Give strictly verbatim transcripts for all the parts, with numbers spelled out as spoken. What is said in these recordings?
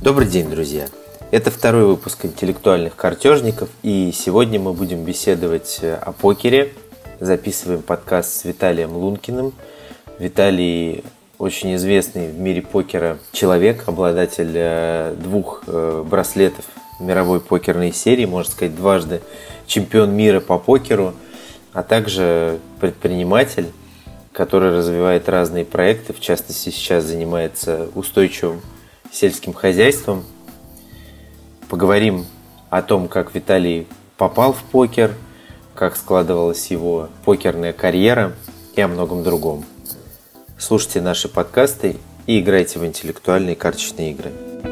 Добрый день, друзья! Это второй выпуск «Интеллектуальных картежников», и сегодня мы будем беседовать о покере. Записываем подкаст с Виталием Лункиным. Виталий очень известный в мире покера человек, обладатель двух браслетов мировой покерной серии, можно сказать, дважды чемпион мира по покеру, а также предприниматель, который развивает разные проекты, в частности, сейчас занимается устойчивым сельским хозяйством. Поговорим о том, как Виталий попал в покер, как складывалась его покерная карьера и о многом другом. Слушайте наши подкасты и играйте в интеллектуальные карточные игры.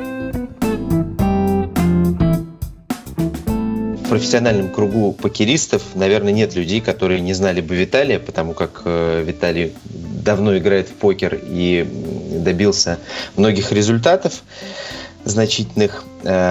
В профессиональном кругу покеристов, наверное, нет людей, которые не знали бы Виталия, потому как Виталий давно играет в покер и добился многих результатов значительных.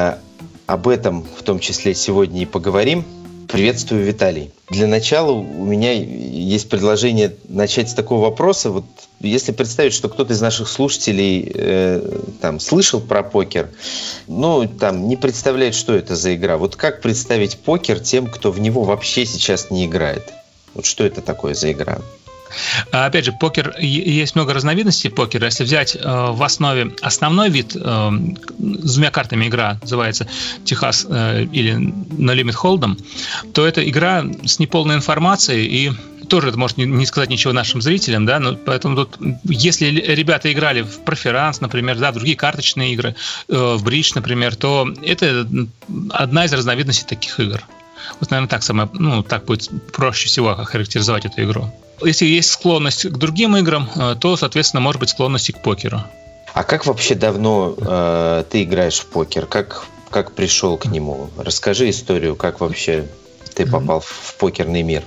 Об этом в том числе сегодня и поговорим. Приветствую, Виталий. Для начала у меня есть предложение начать с такого вопроса. Вот если представить, что кто-то из наших слушателей э, там, слышал про покер, но там, не представляет, что это за игра. Вот как представить покер тем, кто в него вообще сейчас не играет? Вот что это такое за игра? Опять же, покер, есть много разновидностей покера. Если взять э, в основе основной вид, э, с двумя картами игра называется Техас э, или No Limit Hold'em, то это игра с неполной информацией, и тоже это может не сказать ничего нашим зрителям, да, но поэтому тут, если ребята играли в преферанс, например, да, в другие карточные игры, э, в бридж, например, то это одна из разновидностей таких игр. Вот, наверное, так самое, ну, так будет проще всего охарактеризовать эту игру. Если есть склонность к другим играм, то, соответственно, может быть склонность и к покеру. А как вообще давно э, ты играешь в покер? Как, как пришел к нему? Расскажи историю, как вообще ты попал в, в покерный мир.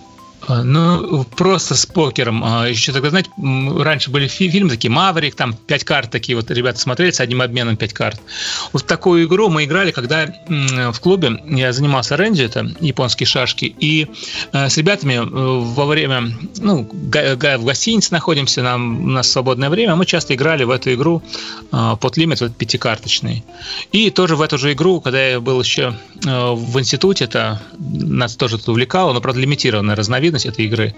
Ну, просто с покером. Еще тогда, знаете, раньше были фильмы такие «Маврик», там пять карт такие вот ребята смотрели с одним обменом пять карт. Вот в такую игру мы играли, когда в клубе я занимался рэнди, это японские шашки, и с ребятами во время, ну, в гостинице находимся, нам, у нас свободное время, мы часто играли в эту игру под лимит, вот пятикарточный. И тоже в эту же игру, когда я был еще в институте, это нас тоже это увлекало, но, правда, лимитированная разновидность этой игры.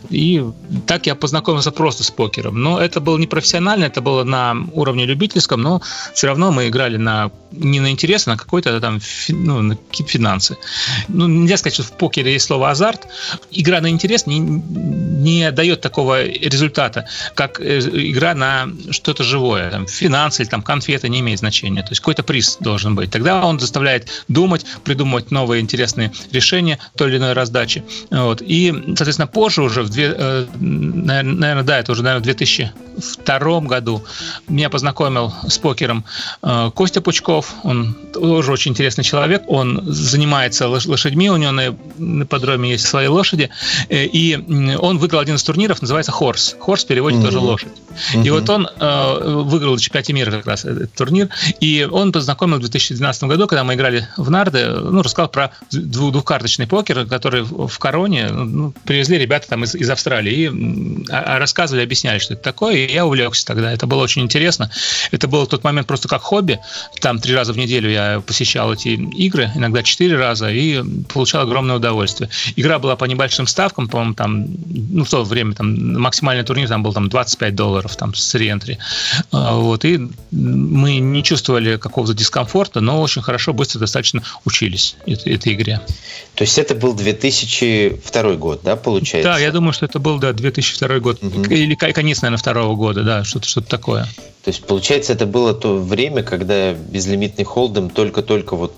И так я познакомился просто с покером. Но это было не профессионально, это было на уровне любительском, но все равно мы играли на, не на интерес, а на какой-то там ну, на какие-то финансы. Ну, нельзя сказать, что в покере есть слово азарт. Игра на интерес не, не дает такого результата, как игра на что-то живое. Там, финансы или там, конфеты не имеет значения. То есть какой-то приз должен быть. Тогда он заставляет думать, придумывать новые интересные решения той или иной раздачи. Вот. И соответственно, позже уже, в две, э, наверное, да, это уже, наверное, в две тысячи втором году меня познакомил с покером э, Костя Пучков. Он тоже очень интересный человек. Он занимается лошадьми, у него на, на подроме есть свои лошади. Э, и он выиграл один из турниров, называется «Хорс». «Хорс» в переводе mm-hmm. тоже «лошадь». Mm-hmm. И вот он э, выиграл на чемпионате мира как раз этот турнир. И он познакомил в две тысячи двенадцатом году, когда мы играли в нарды, ну, рассказал про двух-двухкарточный покер, который в Короне, ну, привезли ребята там из, из Австралии и а, рассказывали, объясняли, что это такое, и я увлекся тогда. Это было очень интересно. Это было в тот момент просто как хобби. Там три раза в неделю я посещал эти игры, иногда четыре раза, и получал огромное удовольствие. Игра была по небольшим ставкам, по-моему, там, ну, в то время там максимальный турнир там был там двадцать пять долларов там с реентри. Вот, и мы не чувствовали какого-то дискомфорта, но очень хорошо, быстро достаточно учились этой, этой игре. То есть это был две тысячи второй год, да, получается? Да, я думаю, что это был, да, две тысячи второй год. Угу. Или конец, наверное, второго года, да, что-то, что-то такое. То есть, получается, это было то время, когда безлимитный холдем только-только вот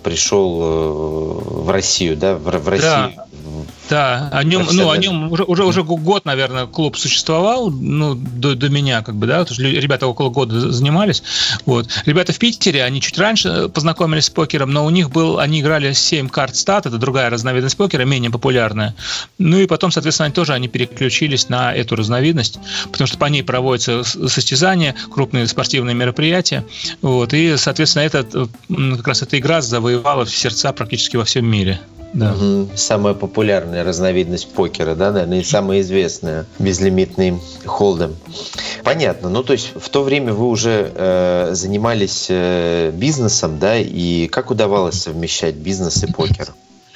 пришел в Россию, да, в, в Россию. Да. Да, о нем, ну, о нем уже, уже, уже год, наверное, клуб существовал, ну, до, до меня, как бы, да, потому что ребята около года занимались. Вот. Ребята в Питере, они чуть раньше познакомились с покером, но у них был, они играли семь карт стат, это другая разновидность покера, менее популярная. Ну и потом, соответственно, они тоже они переключились на эту разновидность, потому что по ней проводятся состязания, крупные спортивные мероприятия. Вот. И, соответственно, этот, как раз эта игра завоевала сердца практически во всем мире. Да. Угу. Самая популярная разновидность покера, да, наверное, и самая известная, безлимитный холдем. Понятно. Ну, то есть в то время вы уже э, занимались э, бизнесом, да, и как удавалось совмещать бизнес и покер?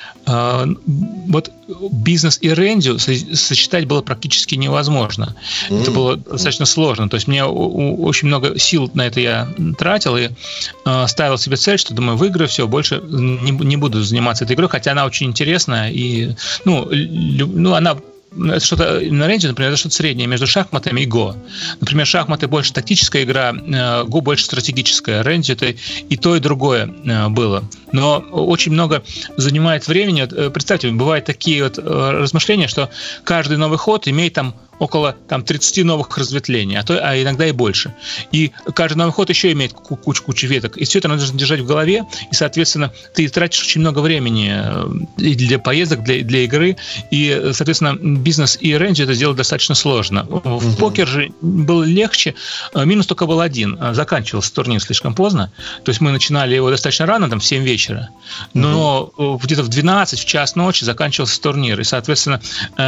Вот бизнес и ренди сочетать было практически невозможно. Mm-hmm. Это было достаточно сложно. То есть мне очень много сил на это я тратил и ставил себе цель, что думаю, выиграю все, больше не, не буду заниматься этой игрой, хотя она очень интересная и ну, ну она это что-то на ренди, например, это что-то среднее между шахматами и го. Например, шахматы больше тактическая игра, го больше стратегическая. Ренди это и то, и другое было. Но очень много занимает времени. Представьте, бывают такие вот размышления, что каждый новый ход имеет там около там, тридцать новых разветвлений, а, то, а иногда и больше. И каждый новый ход еще имеет кучу-кучу веток. И все это нужно держать в голове, и, соответственно, ты тратишь очень много времени и для поездок, для, для игры, и, соответственно, бизнес и ренди это сделать достаточно сложно. В mm-hmm. покер же было легче, минус только был один. Заканчивался турнир слишком поздно, то есть мы начинали его достаточно рано, там, в семь вечера, но mm-hmm. где-то в двенадцать, в час ночи заканчивался турнир, и, соответственно,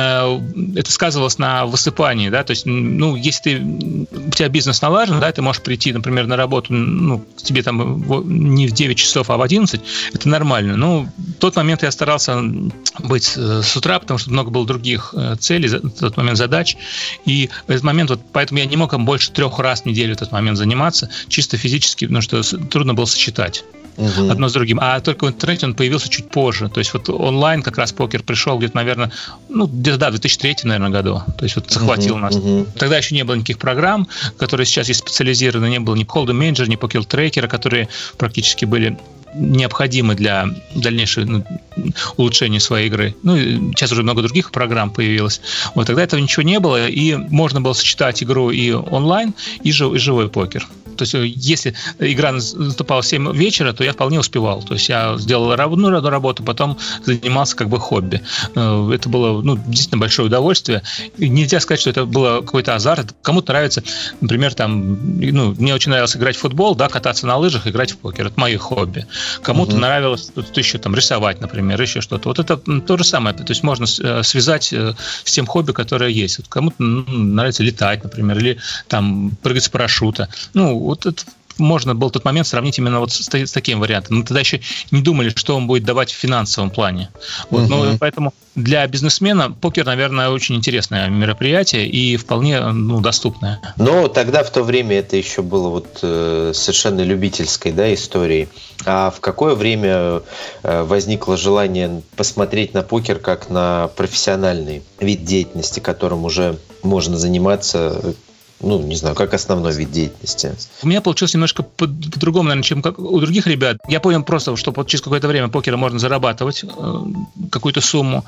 это сказывалось на высыпании, да, то есть, ну, если ты, у тебя бизнес налажен, да, ты можешь прийти, например, на работу, ну, тебе там не в девять часов, а в одиннадцать, это нормально. Ну, в тот момент я старался быть с утра, потому что много было других целей, в тот момент задач, и в этот момент, вот, поэтому я не мог там больше трех раз в неделю в этот момент заниматься, чисто физически, потому что трудно было сочетать. Uh-huh. Одно с другим. А только в интернете он появился чуть позже. То есть вот онлайн как раз покер пришел где-то, наверное, ну, где-то, да, в две тысячи третьем, наверное, году. То есть вот захватил uh-huh. нас. Uh-huh. Тогда еще не было никаких программ, которые сейчас есть специализированы. Не было ни Hold'em Manager, ни Poker Tracker, которые практически были необходимы для дальнейшего ну, улучшения своей игры. Ну, сейчас уже много других программ появилось. Вот тогда этого ничего не было, и можно было сочетать игру и онлайн, и, жив, и живой покер. То есть, если игра наступала в семь вечера, то я вполне успевал. То есть, я сделал одну работу, потом занимался как бы хобби. Это было ну, действительно большое удовольствие. И нельзя сказать, что это было какой-то азарт. Кому-то нравится, например, там, ну, мне очень нравилось играть в футбол, да, кататься на лыжах, играть в покер. Это мое хобби. Кому-то uh-huh. нравилось тут еще там рисовать, например, еще что-то. Вот это то же самое. То есть, можно связать с тем хобби, которое есть. Вот кому-то ну, нравится летать, например, или там прыгать с парашюта. Ну, вот это можно был тот момент сравнить именно вот с, с таким вариантом. Мы тогда еще не думали, что он будет давать в финансовом плане. Вот, uh-huh. но, поэтому для бизнесмена покер, наверное, очень интересное мероприятие и вполне ну, доступное. Но тогда, в то время, это еще было вот, э, совершенно любительской да, историей. А в какое время э, возникло желание посмотреть на покер как на профессиональный вид деятельности, которым уже можно заниматься, ну, не знаю, как основной вид деятельности? У меня получилось немножко по- по-другому, наверное, чем как у других ребят. Я понял просто, что вот через какое-то время покера можно зарабатывать э, какую-то сумму,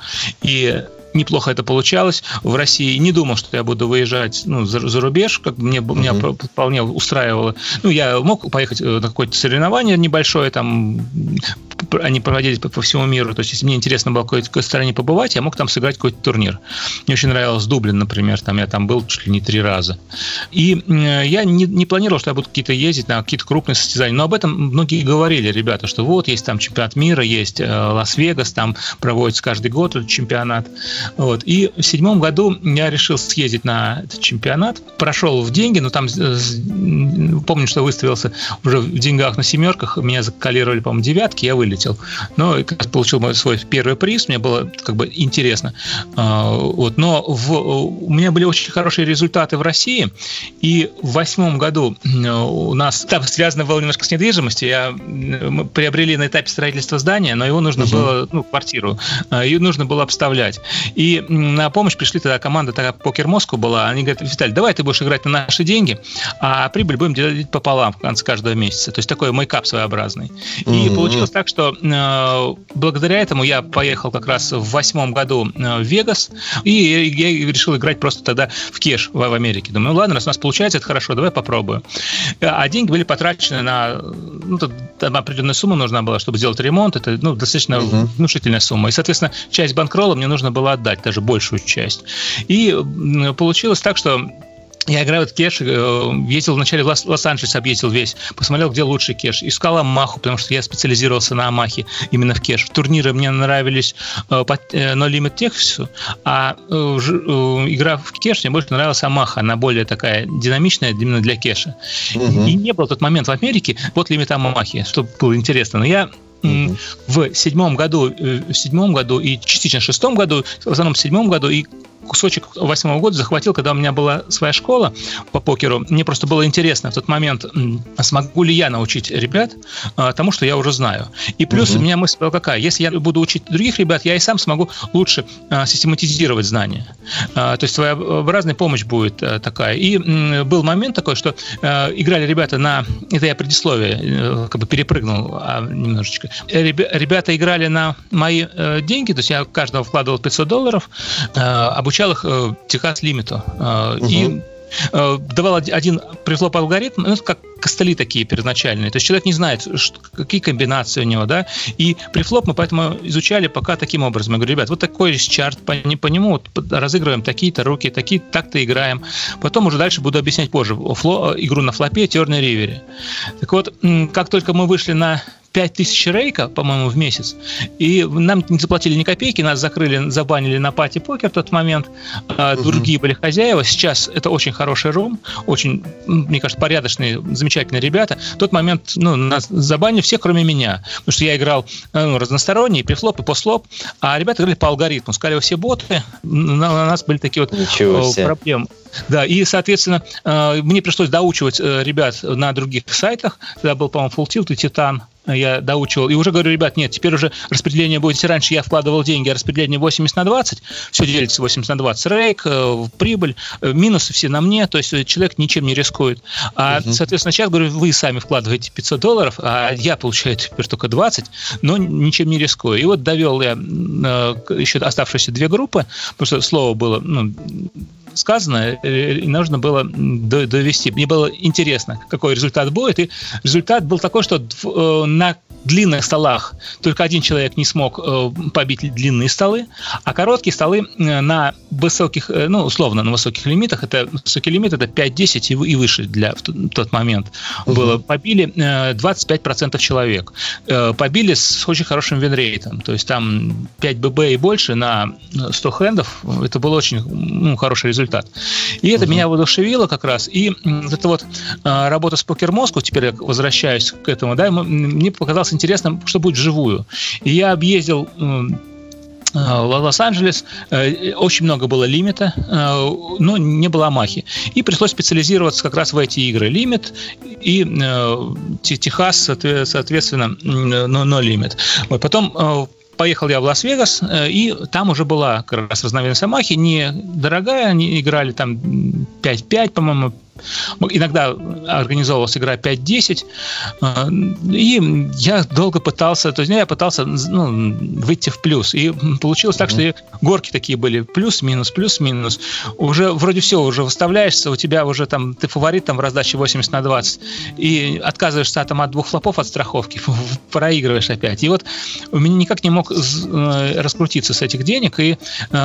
и неплохо это получалось в России. Не думал, что я буду выезжать ну, за, за рубеж, как мне, uh-huh. меня вполне устраивало. Ну, я мог поехать на какое-то соревнование небольшое, там они проводились по, по всему миру. То есть, если мне интересно было в какой-то стране побывать, я мог там сыграть какой-то турнир. Мне очень нравилось Дублин, например, там я там был чуть ли не три раза. И э, я не, не планировал, что я буду какие-то ездить на какие-то крупные состязания, но об этом многие говорили, ребята, что вот есть там чемпионат мира, есть э, Лас-Вегас, там проводится каждый год этот чемпионат. Вот. И в седьмом году я решил съездить на этот чемпионат, прошел в деньги, но там помню, что выставился уже в деньгах на семерках, меня закалировали, по-моему, девятки, я вылетел. Но я получил мой свой первый приз, мне было как бы интересно. Вот. Но в, у меня были очень хорошие результаты в России, и в восьмом году у нас, там связано было немножко с недвижимостью, я, мы приобрели на этапе строительства здания, но его нужно угу. было, ну, квартиру, ее нужно было обставлять. И на помощь пришли тогда команда, тогда Покер Москва была, они говорят: Виталий, давай ты будешь играть на наши деньги, а прибыль будем делить пополам в конце каждого месяца. То есть такой мейкап своеобразный. И mm-hmm. получилось так, что э, благодаря этому я поехал как раз в восьмом году в Вегас, и я решил играть просто тогда в кеш в, в Америке. Думаю, ну ладно, раз у нас получается, это хорошо, давай попробуем. А деньги были потрачены на... Ну, там определенная сумма нужна была, чтобы сделать ремонт. Это ну, достаточно mm-hmm. внушительная сумма. И, соответственно, часть банкролла мне нужно было отдать, даже большую часть. И получилось так, что Я играю в кеш, ездил вначале в Лос- Лос-Анджелес, объездил весь, посмотрел, где лучший кеш. Искал Амаху, потому что я специализировался на Амахе именно в кеш. Турниры мне нравились по No Limit Texas, а игра в кеш мне больше нравилась Амаха. Она более такая динамичная именно для кеша. Угу. И не было в тот момент в Америке вот лимита Амахи, чтобы было интересно. Но я Uh-huh. в седьмом году, в седьмом году и частично в шестом году, в основном в седьмом году и кусочек восьмого года захватил, когда у меня была своя школа по покеру. Мне просто было интересно в тот момент, смогу ли я научить ребят тому, что я уже знаю. И плюс uh-huh. у меня мысль была какая: если я буду учить других ребят, я и сам смогу лучше систематизировать знания. То есть своеобразная помощь будет такая. И был момент такой, что играли ребята на... Это я предисловие как бы перепрыгнул немножечко. Ребята играли на мои деньги, то есть я каждого вкладывал пятьсот долларов, обучал их э, Техас лимиту э, угу. и э, давал один префлоп алгоритм, ну, как костыли такие первоначальные. То есть человек не знает, что, какие комбинации у него, да, и префлоп мы поэтому изучали пока таким образом. Я говорю: ребят, вот такой есть чарт, по, по нему вот разыгрываем такие-то руки, такие, так-то играем. Потом уже дальше буду объяснять позже фло, игру на флопе, терн и ривере. Так вот, как только мы вышли на пять тысяч рейка, по-моему, в месяц, и нам не заплатили ни копейки, нас закрыли, забанили на пати покер в тот момент, а uh-huh. другие были хозяева. Сейчас это очень хороший рум, очень, мне кажется, порядочные, замечательные ребята. В тот момент, ну, нас забанили все, кроме меня, потому что я играл, ну, разносторонний, префлоп и постлоп, а ребята играли по алгоритму, сказали все боты, на, у нас были такие вот проблемы. Да, и, соответственно, мне пришлось доучивать ребят на других сайтах. Тогда был, по-моему, Full Tilt и Титан. Я доучивал. И уже говорю: ребят, нет, теперь уже распределение будет. Если раньше я вкладывал деньги, а распределение восемьдесят на двадцать, все делится восемьдесят на двадцать. Рейк, прибыль, минусы все на мне, то есть человек ничем не рискует. А, uh-huh. соответственно, сейчас, говорю, вы сами вкладываете пятьсот долларов, а я получаю теперь только двадцать, но ничем не рискую. И вот довел я еще оставшиеся две группы, потому что слово было, ну, сказано, и нужно было довести. Мне было интересно, какой результат будет, и результат был такой, что на длинных столах только один человек не смог побить длинные столы, а короткие столы на высоких, ну, условно, на высоких лимитах, это высокий лимит, это пять-десять и выше для в тот момент uh-huh. было, побили двадцать пять процентов человек. Побили с очень хорошим винрейтом, то есть там пять бэ бэ и больше на сто хендов, это был очень, ну, хороший результат. И это uh-huh. меня воодушевило как раз. И вот эта вот а, работа с Покер Москву, теперь я возвращаюсь к этому, да, мне показалось интересно, что будет вживую. И я объездил Лос-Анджелес, очень много было лимита, но не было Амахи. И пришлось специализироваться как раз в эти игры. Лимит и Техас, соответственно, но лимит. Потом поехал я в Лас-Вегас, и там уже была как раз разновидность Амахи, недорогая, они играли там пять пять, по-моему. Иногда организовывалась игра пять-десять, и я долго пытался, то есть я пытался, ну, выйти в плюс, и получилось так, что горки такие были плюс-минус, плюс-минус, уже вроде все, уже выставляешься, у тебя уже там, ты фаворит там в раздаче восемьдесят на двадцать, и отказываешься там от двух флопов от страховки, проигрываешь опять, и вот у меня никак не мог раскрутиться с этих денег, и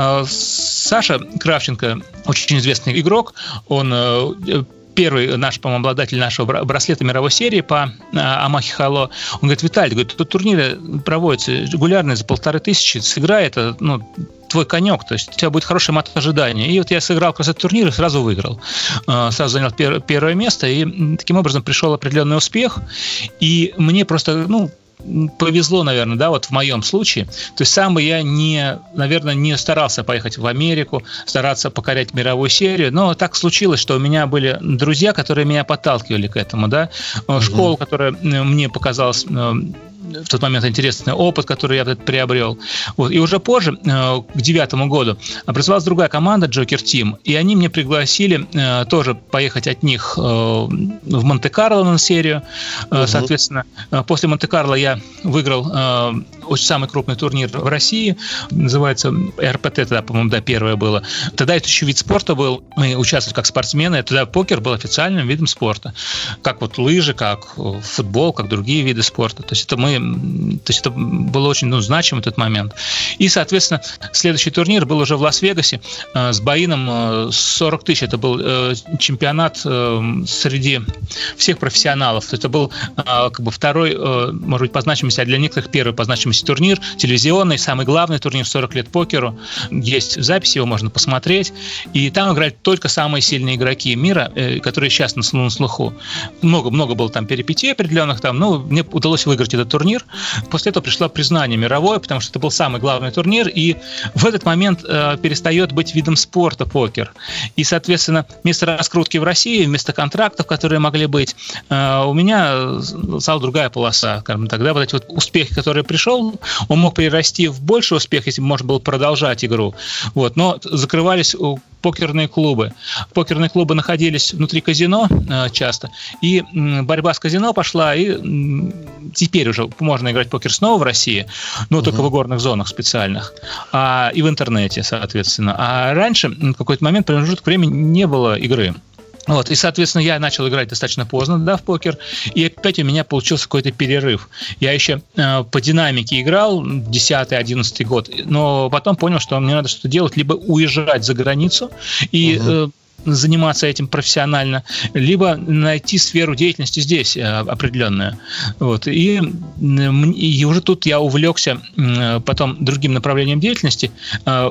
Саша Кравченко, очень известный игрок, он первый наш, по-моему, обладатель нашего браслета мировой серии по Амахи Хало. Он говорит: Виталий, говорит, тут турниры проводятся регулярные за полторы тысячи, сыграй, это, ну, твой конек, то есть у тебя будет хороший мат ожидания. И вот я сыграл как раз этот турнир и сразу выиграл. Сразу занял пер- первое место, и таким образом пришел определенный успех. И мне просто, ну, повезло, наверное, да, вот в моем случае. То есть сам бы я не, наверное, не старался поехать в Америку, стараться покорять мировую серию, но так случилось, что у меня были друзья, которые меня подталкивали к этому, да. Uh-huh. Школа, которая мне показалась в тот момент интересный опыт, который я приобрел. Вот. И уже позже, к девятому году, образовалась другая команда, Joker Team, и они меня пригласили э, тоже поехать от них э, в Монте-Карло на серию. Э, uh-huh. Соответственно, после Монте-Карло я выиграл э, очень самый крупный турнир в России, называется эр пэ тэ, тогда, по-моему, да, первое было. Тогда это еще вид спорта был, мы участвовали как спортсмены, тогда покер был официальным видом спорта, как вот лыжи, как футбол, как другие виды спорта. То есть это мы, то есть это было очень, ну, значимо в этот момент. И, соответственно, следующий турнир был уже в Лас-Вегасе э, с боином э, сорок тысяч. Это был э, чемпионат э, среди всех профессионалов. То есть это был э, как бы второй, э, может быть, по значимости, а для некоторых первый по значимости турнир, телевизионный, самый главный турнир сорок лет покеру. Есть запись, его можно посмотреть. И там играли только самые сильные игроки мира, э, которые сейчас на, на слуху. Много, много было там перипетий определенных, там, но мне удалось выиграть этот турнир. После этого пришло признание мировое, потому что это был самый главный турнир, и в этот момент э, перестает быть видом спорта покер. И, соответственно, вместо раскрутки в России, вместо контрактов, которые могли быть, э, у меня стала другая полоса. Тогда вот эти вот успехи, которые пришел, он мог перерасти в больший успех, если бы можно было продолжать игру. Вот. Но закрывались покерные клубы. Покерные клубы находились внутри казино э, часто, и м, борьба с казино пошла, и м, теперь уже можно играть в покер снова в России, но uh-huh. только в игорных зонах специальных, а, и в интернете, соответственно. А раньше, в какой-то момент, промежуток времени не было игры. Вот, и, соответственно, я начал играть достаточно поздно, да, в покер, и опять у меня получился какой-то перерыв. Я еще э, по динамике играл, десятый, одиннадцатый год, но потом понял, что мне надо что-то делать, либо уезжать за границу и uh-huh. э, заниматься этим профессионально, либо найти сферу деятельности здесь э, определенную. Вот, и, и уже тут я увлекся э, потом другим направлением деятельности, э,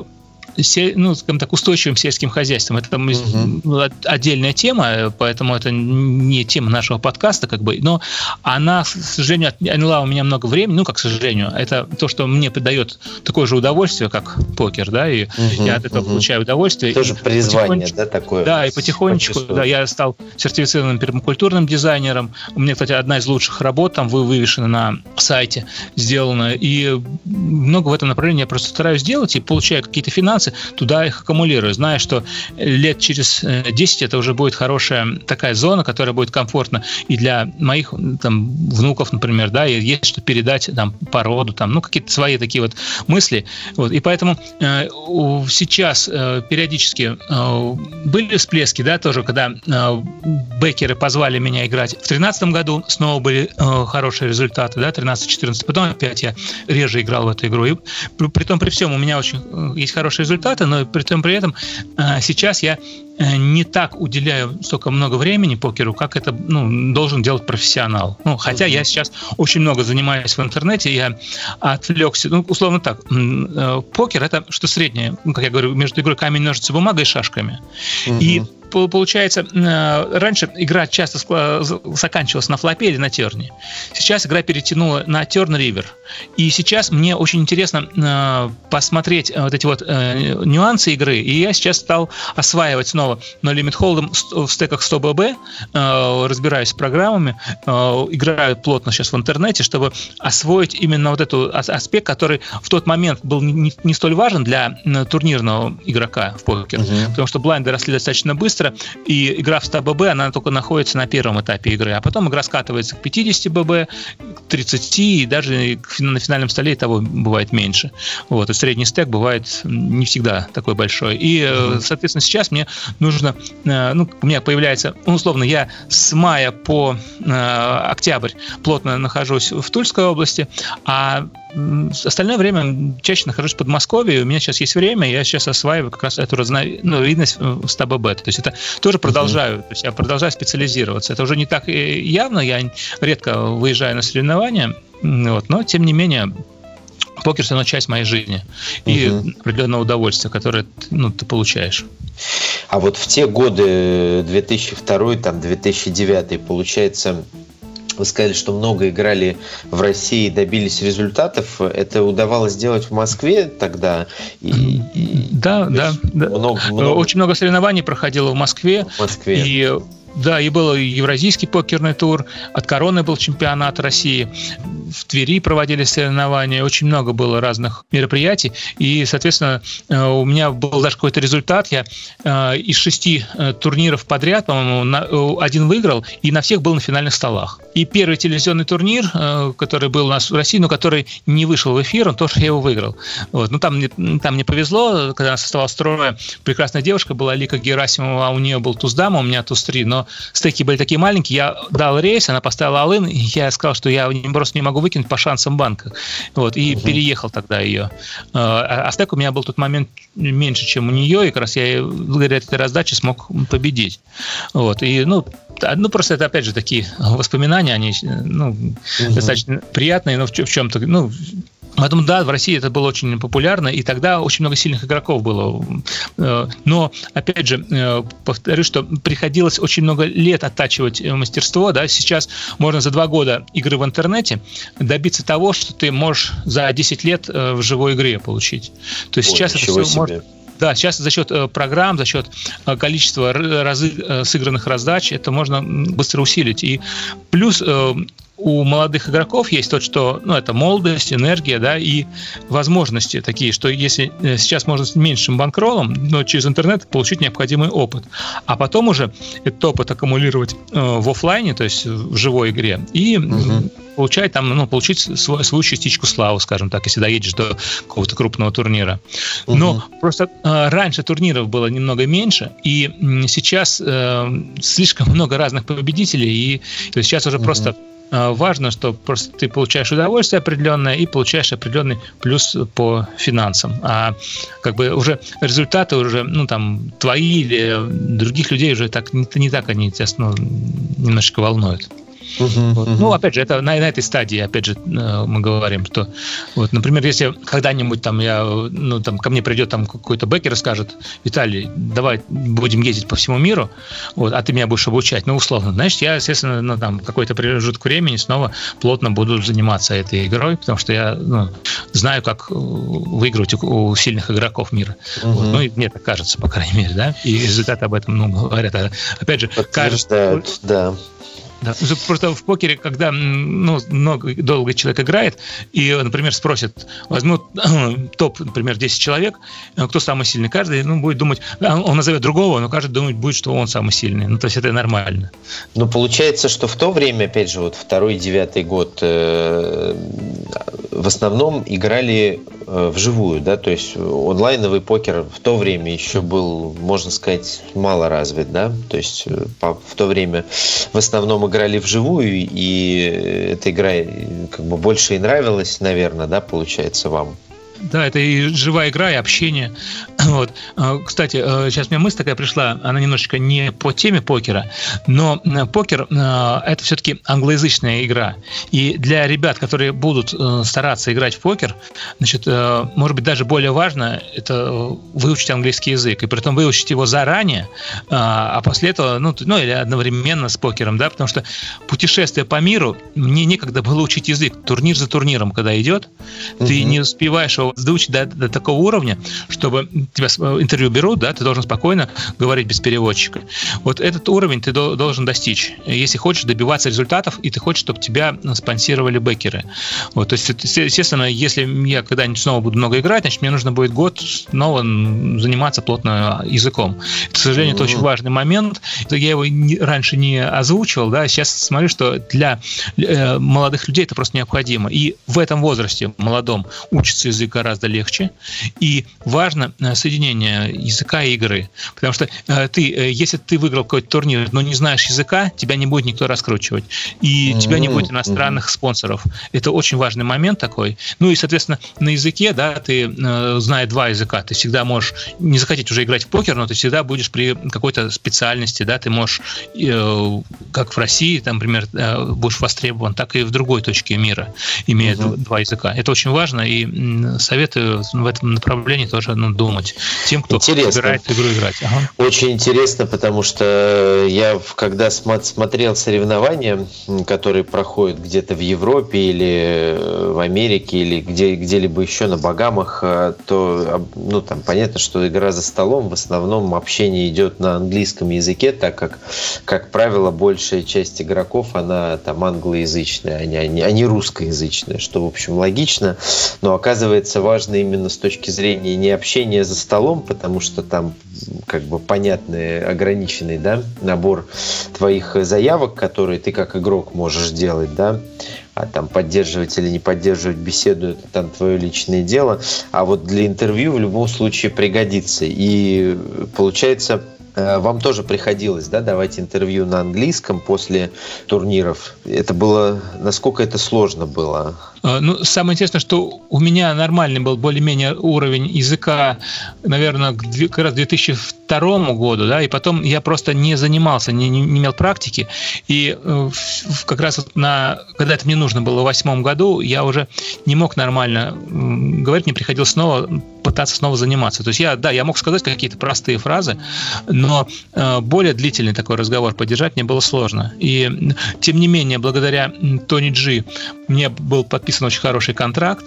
ну, скажем так, устойчивым сельским хозяйством. Это uh-huh. отдельная тема, поэтому это не тема нашего подкаста, как бы, но она, к сожалению, отняла у меня много времени, ну, как к сожалению, это то, что мне придает такое же удовольствие, как покер, да, и uh-huh. я от этого uh-huh. получаю удовольствие. Тоже и призвание, да, такое? Да, и потихонечку, да, я стал сертифицированным пермакультурным дизайнером. У меня, кстати, одна из лучших работ там вывешена на сайте, сделана, и много в этом направлении я просто стараюсь делать и получаю какие-то финансы, туда их аккумулирую, зная, что лет через десять это уже будет хорошая такая зона, которая будет комфортна и для моих там внуков, например, да, и есть что передать там по роду, там, ну, какие-то свои такие вот мысли. Вот. И поэтому э, сейчас э, периодически э, были всплески, да, тоже, когда э, бэкеры позвали меня играть. В две тысячи тринадцатом году снова были э, хорошие результаты, да, тринадцать-четырнадцать, потом опять я реже играл в эту игру. И при, при том, при всем, у меня очень э, есть хорошие результаты, но при том при этом э, сейчас я не так уделяю столько много времени покеру, как это, ну, должен делать профессионал. Ну, хотя mm-hmm. я сейчас очень много занимаюсь в интернете, я отвлекся, ну, условно так, покер — это что среднее, ну, как я говорю, между игрой камень, ножницы, бумага и шашками. Mm-hmm. И получается, раньше игра часто заканчивалась на флопе или на терне. Сейчас игра перетянула на терн-ривер. И сейчас мне очень интересно посмотреть вот эти вот нюансы игры, и я сейчас стал осваивать снова No Limit Hold'em в стеках сто бэ бэ, разбираюсь с программами, играю плотно сейчас в интернете, чтобы освоить именно вот этот аспект, который в тот момент был не, не столь важен для турнирного игрока в покер, uh-huh. потому что блайнды росли достаточно быстро, и игра в сто бэ бэ, она только находится на первом этапе игры, а потом игра скатывается к пятидесяти бэ бэ, к тридцати, и даже на финальном столе того бывает меньше. Вот, и средний стек бывает не всегда такой большой. И, uh-huh. соответственно, сейчас мне нужно, ну, у меня появляется, ну, условно, я с мая по э, октябрь плотно нахожусь в Тульской области, а остальное время чаще нахожусь в Подмосковье, у меня сейчас есть время, я сейчас осваиваю как раз эту разновидность в сто бэ бэ. То есть это тоже продолжаю, то есть я продолжаю специализироваться. Это уже не так явно, я редко выезжаю на соревнования, вот, но тем не менее покер все равно часть моей жизни и угу. определенное удовольствие, которое, ну, ты получаешь. А вот в те годы, две тысячи второй, там, две тысячи девятый, получается, вы сказали, что много играли в России и добились результатов. Это удавалось сделать в Москве тогда? И, и, да, да. да. Много, много... Очень много соревнований проходило в Москве. В Москве. И Да, и был Евразийский покерный тур, от Короны был чемпионат России, в Твери проводились соревнования, очень много было разных мероприятий, и, соответственно, у меня был даже какой-то результат, я из шести турниров подряд, по-моему, один выиграл, и на всех был на финальных столах. И первый телевизионный турнир, который был у нас в России, но который не вышел в эфир, он тоже я его выиграл. Вот. Ну, там, там мне повезло, когда она составала строя, прекрасная девушка была Лика Герасимова, у нее был туз-дама, у меня туз-три, но стейки были такие маленькие, я дал рейс, она поставила all-in, и я сказал, что я просто не могу выкинуть по шансам банка. Вот, и uh-huh. переехал тогда ее. А, а стейк у меня был в тот момент меньше, чем у нее, и как раз я благодаря этой раздаче смог победить. Вот, и, ну, ну, просто это, опять же, такие воспоминания, они, ну, uh-huh. достаточно приятные, но в, в чем-то, ну, поэтому, да, в России это было очень популярно, и тогда очень много сильных игроков было. Но, опять же, повторю, что приходилось очень много лет оттачивать мастерство. Да? Сейчас можно за два года игры в интернете добиться того, что ты можешь за десять лет в живой игре получить. То есть Ой, сейчас это все себе. Может... Да, сейчас за счет программ, за счет количества разы, сыгранных раздач это можно быстро усилить. И плюс у молодых игроков есть то, что, ну, это молодость, энергия, да, и возможности такие, что если сейчас можно с меньшим банкролом, но через интернет получить необходимый опыт, а потом уже этот опыт аккумулировать э, в офлайне, то есть в живой игре, и угу. получать там, ну, получить свой, свою частичку славы, скажем так, если доедешь до какого-то крупного турнира. Угу. Но просто э, раньше турниров было немного меньше, и э, сейчас э, слишком много разных победителей, и то есть сейчас уже угу. просто важно, что просто ты получаешь удовольствие определенное и получаешь определенный плюс по финансам. А как бы уже результаты уже, ну, там, твои или других людей уже так, не, не так они тебя, ну, немножечко волнуют. Uh-huh, вот. uh-huh. Ну, опять же, это на, на этой стадии, опять же, мы говорим, что, вот, например, если когда-нибудь там я, ну, там, ко мне придет там какой-то бэкер и скажет: Виталий, давай будем ездить по всему миру, вот, а ты меня будешь обучать, ну, условно, значит, я, естественно, ну, там, какой-то промежуток времени снова плотно буду заниматься этой игрой, потому что я, ну, знаю, как выигрывать у, у сильных игроков мира. Uh-huh. Вот, ну, и мне так кажется, по крайней мере, да, и результаты об этом, ну, говорят. Опять же, кажется, да. Да. Просто в покере, когда, ну, много, долго человек играет, и, например, спросят, возьмут топ, например, десять человек, кто самый сильный, каждый, ну, будет думать, он назовет другого, но каждый думать будет, что он самый сильный. Ну, то есть это нормально. Ну, получается, что в то время, опять же, вот второй, девятый год, э, в основном играли э, вживую, да, то есть онлайновый покер в то время еще был, можно сказать, мало развит, да, то есть по, в то время в основном играли вживую, и эта игра как бы больше и нравилась, наверное, да, получается, вам? Да, это и живая игра, и общение. Вот. Кстати, сейчас у меня мысль такая пришла, она немножечко не по теме покера, но покер – это все-таки англоязычная игра. И для ребят, которые будут стараться играть в покер, значит, может быть, даже более важно – это выучить английский язык. И при этом выучить его заранее, а после этого, ну, ну или одновременно с покером, да, потому что путешествие по миру, мне некогда было учить язык. Турнир за турниром, когда идет, угу. ты не успеваешь его доучить до, до такого уровня, чтобы тебя интервью берут, да, ты должен спокойно говорить без переводчика. Вот этот уровень ты до, должен достичь, если хочешь добиваться результатов, и ты хочешь, чтобы тебя спонсировали бэкеры. Вот, то есть, естественно, если я когда-нибудь снова буду много играть, значит, мне нужно будет год снова заниматься плотно языком. Это, к сожалению, mm-hmm. это очень важный момент. Я его не, раньше не озвучивал, да, сейчас смотрю, что для э, молодых людей это просто необходимо. И в этом возрасте, молодом, учится язык гораздо легче, и важно соединение языка и игры, потому что э, ты, э, если ты выиграл какой-то турнир, но не знаешь языка, тебя не будет никто раскручивать, и mm-hmm. тебя не будет иностранных mm-hmm. спонсоров. Это очень важный момент такой. Ну и, соответственно, на языке, да, ты, э, зная два языка, ты всегда можешь не захотеть уже играть в покер, но ты всегда будешь при какой-то специальности, да, ты можешь, э, как в России, там, например, э, будешь востребован, так и в другой точке мира, имея mm-hmm. два языка. Это это очень важно, и советую в этом направлении тоже ну, думать тем, кто интересно. Собирает игру играть. Ага. Очень интересно, потому что я, когда смотрел соревнования, которые проходят где-то в Европе или в Америке, или где, где-либо еще на Багамах, то ну, там понятно, что игра за столом в основном общение идет на английском языке, так как, как правило, большая часть игроков, она там англоязычная, а не, а не русскоязычная, что, в общем, логично. Но оказывается важно именно с точки зрения не общения за столом, потому что там как бы понятный, ограниченный, да, набор твоих заявок, которые ты как игрок можешь делать, да, а там поддерживать или не поддерживать беседу, это там твое личное дело. А вот для интервью в любом случае пригодится. И получается, вам тоже приходилось, да, давать интервью на английском после турниров. Это было, насколько это сложно было? Ну, самое интересное, что у меня нормальный был более-менее уровень языка, наверное, как раз к две тысячи второму году, да, и потом я просто не занимался, не, не имел практики, и как раз вот на, когда это мне нужно было в восьмом году, я уже не мог нормально говорить, мне приходилось снова пытаться снова заниматься. То есть я, да, я мог сказать какие-то простые фразы, но более длительный такой разговор поддержать мне было сложно. И тем не менее, благодаря Тони Джи мне был подписан очень хороший контракт,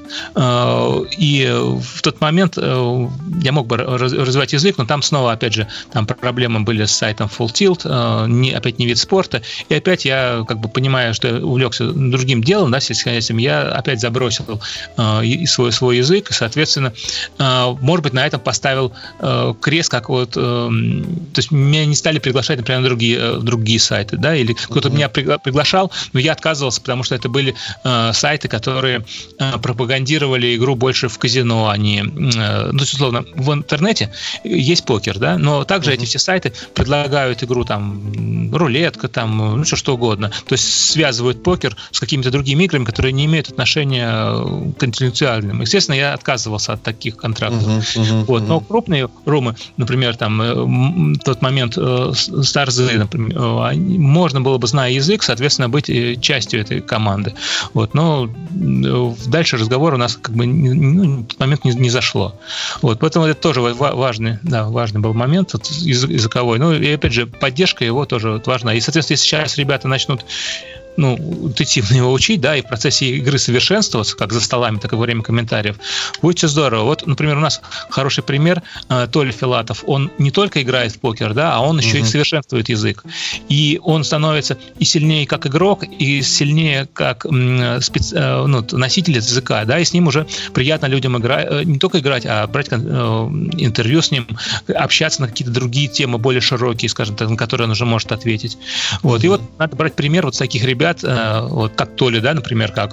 и в тот момент я мог бы развивать язык, но там снова, опять же, там проблемы были с сайтом Full Tilt, не, опять не вид спорта, и опять я, как бы понимая, что я увлекся другим делом, да, сельскохозяйством, я опять забросил свой, свой язык, и, соответственно, может быть, на этом поставил крест, как вот, то есть меня не стали приглашать, например, на другие, другие сайты, да, или кто-то uh-huh. меня приглашал, но я отказывался, потому что это были сайты, которые пропагандировали игру больше в казино, а не, ну, условно, в интернете есть покер, да, но также uh-huh. эти все сайты предлагают игру там рулетка, там, ну, что, что угодно, то есть связывают покер с какими-то другими играми, которые не имеют отношения к интеллектуальным. Естественно, я отказывался от таких контрактов. Uh-huh, uh-huh, вот. Но крупные румы, например, там, в тот момент Старзы, например, можно было бы, зная язык, соответственно, быть частью этой команды. Вот. Но дальше разговор у нас как бы ну, в тот момент не, не зашло. Вот. Поэтому это тоже важный, да, важный был момент вот, языковой. Ну и опять же, поддержка его тоже вот, важна. И, соответственно, если сейчас ребята начнут ну, интуитивно его учить, да, и в процессе игры совершенствоваться, как за столами, так и во время комментариев, будет все здорово. Вот, например, у нас хороший пример, Толя Филатов, он не только играет в покер, да, а он еще uh-huh. и совершенствует язык. И он становится и сильнее как игрок, и сильнее как специ... ну, носитель языка, да, и с ним уже приятно людям играть, не только играть, а брать интервью с ним, общаться на какие-то другие темы, более широкие, скажем так, на которые он уже может ответить. Вот. Uh-huh. И вот надо брать пример вот с таких ребят, вот как Толя, да, например, как,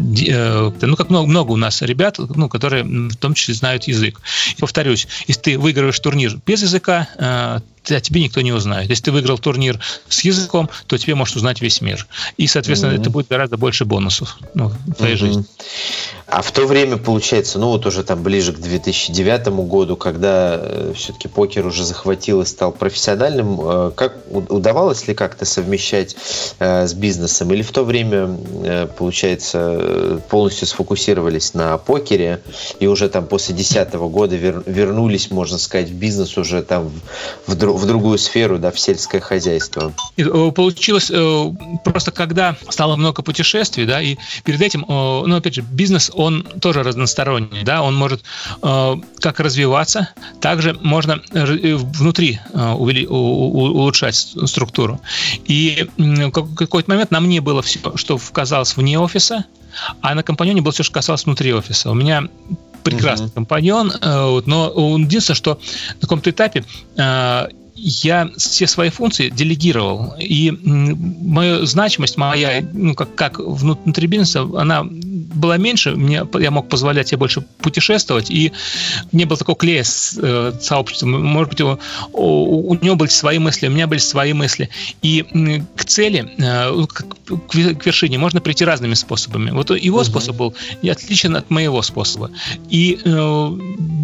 ну, как много, много у нас ребят, ну, которые в том числе знают язык. И повторюсь, если ты выигрываешь турнир без языка, о тебе никто не узнает. Если ты выиграл турнир с языком, то тебе может узнать весь мир. И, соответственно, mm-hmm. это будет гораздо больше бонусов ну, в твоей mm-hmm. жизни. А в то время, получается, ну вот уже там ближе к две тысячи девятому году, когда все-таки покер уже захватил и стал профессиональным, как удавалось ли как-то совмещать с бизнесом? Или в то время, получается, полностью сфокусировались на покере и уже там после две тысячи десятого года вер, вернулись, можно сказать, в бизнес уже там в, в другую сферу, да, в сельское хозяйство? И получилось просто, когда стало много путешествий, да, и перед этим, ну, опять же, бизнес, он тоже разносторонний, да, он может э, как развиваться, также можно внутри э, увели, у, у, улучшать структуру. И в какой-то момент на мне было все, что казалось вне офиса, а на компаньоне было все, что касалось внутри офиса. У меня прекрасный uh-huh. компаньон, э, вот, но единственное, что на каком-то этапе э, я все свои функции делегировал, и моя значимость, моя, ну, как, как внутри бизнеса, она была меньше, мне, я мог позволять себе больше путешествовать, и не было такого клея с э, сообществом. Может быть, у, у, у него были свои мысли, у меня были свои мысли. И к цели, э, к, к вершине можно прийти разными способами. Вот его uh-huh. способ был отличен от моего способа. И э,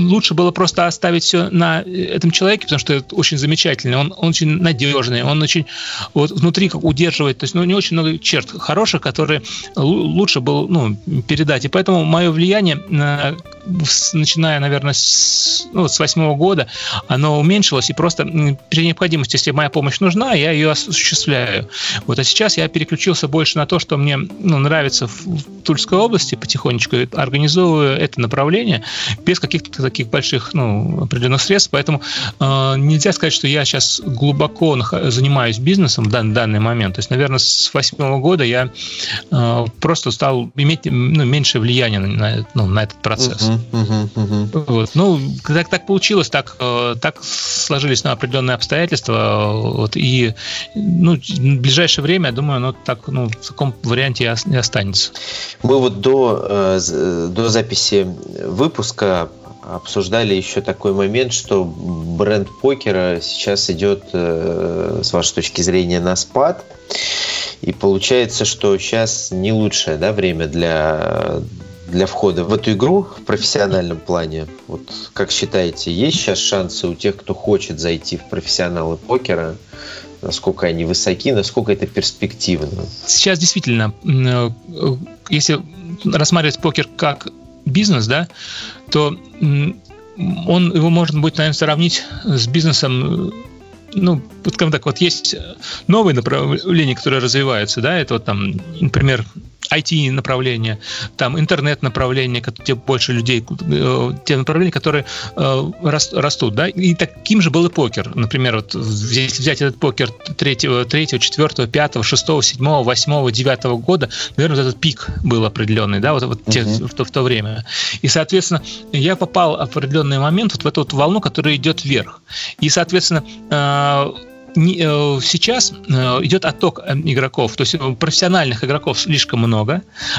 лучше было просто оставить все на этом человеке, потому что это очень замечательный, он, он очень надежный, он очень вот, внутри как удерживает, то есть, ну, у него очень много черт хороших, которые лучше было, ну, передать. И поэтому мое влияние, начиная, наверное, с, ну, с восьмого года, оно уменьшилось, и просто при необходимости, если моя помощь нужна, я ее осуществляю. Вот, а сейчас я переключился больше на то, что мне, ну, нравится в, в Тульской области, потихонечку организовываю это направление без каких-то таких больших, ну, определенных средств, поэтому э, нельзя сказать, что я сейчас глубоко нах- занимаюсь бизнесом в дан- данный момент. То есть, наверное, с восьмого года я э, просто стал иметь, ну, меньше влияния на, ну, на этот процесс. Uh-huh, uh-huh, uh-huh. Вот. Ну, так, так получилось, так, э, так сложились, ну, определенные обстоятельства, вот, и, ну, в ближайшее время, я думаю, ну, так, ну, в таком варианте и останется. Мы вот до, э, до записи выпуска обсуждали еще такой момент, что бренд покера сейчас идет, э, с вашей точки зрения, на спад. И получается, что сейчас не лучшее, да, время для, для входа в эту игру в профессиональном плане. Вот как считаете, есть сейчас шансы у тех, кто хочет зайти в профессионалы покера? Насколько они высоки, насколько это перспективно? Сейчас действительно, если рассматривать покер как бизнес, да, то он, его можно будет, наверное, сравнить с бизнесом. Ну, вот как так, вот есть новые направления, которые развиваются, да, это вот там, например, ай ти-направление, там интернет-направление, где больше людей, те направления, которые э, растут, да, и таким же был и покер. Например, вот если взять этот покер третьего, четвертого, пятого, шестого, седьмого, восьмого, девятого года, наверное, вот этот пик был определенный, да, вот, вот uh-huh. те, в, то, в то время. И, соответственно, я попал в определенный момент вот в эту вот волну, которая идет вверх. И, соответственно, э, сейчас идет отток игроков, то есть профессиональных игроков слишком много,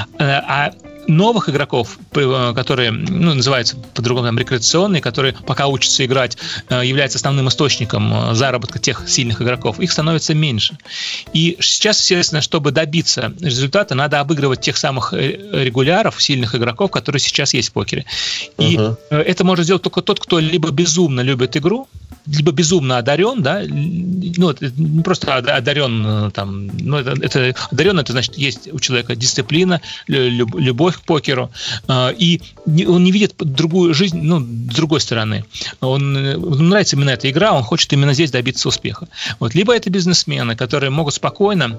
а новых игроков, которые, ну, называются по-другому там рекреационные, которые пока учатся играть, являются основным источником заработка тех сильных игроков, их становится меньше. И сейчас, естественно, чтобы добиться результата, надо обыгрывать тех самых регуляров, сильных игроков, которые сейчас есть в покере. И uh-huh. это может сделать только тот, кто либо безумно любит игру, либо безумно одарен, да, ну, это не просто одарен, там, ну, это, это одарен, это значит, есть у человека дисциплина, любовь к покеру, и он не видит другую жизнь, ну, с другой стороны. Он, ему нравится именно эта игра, он хочет именно здесь добиться успеха. Вот. Либо это бизнесмены, которые могут спокойно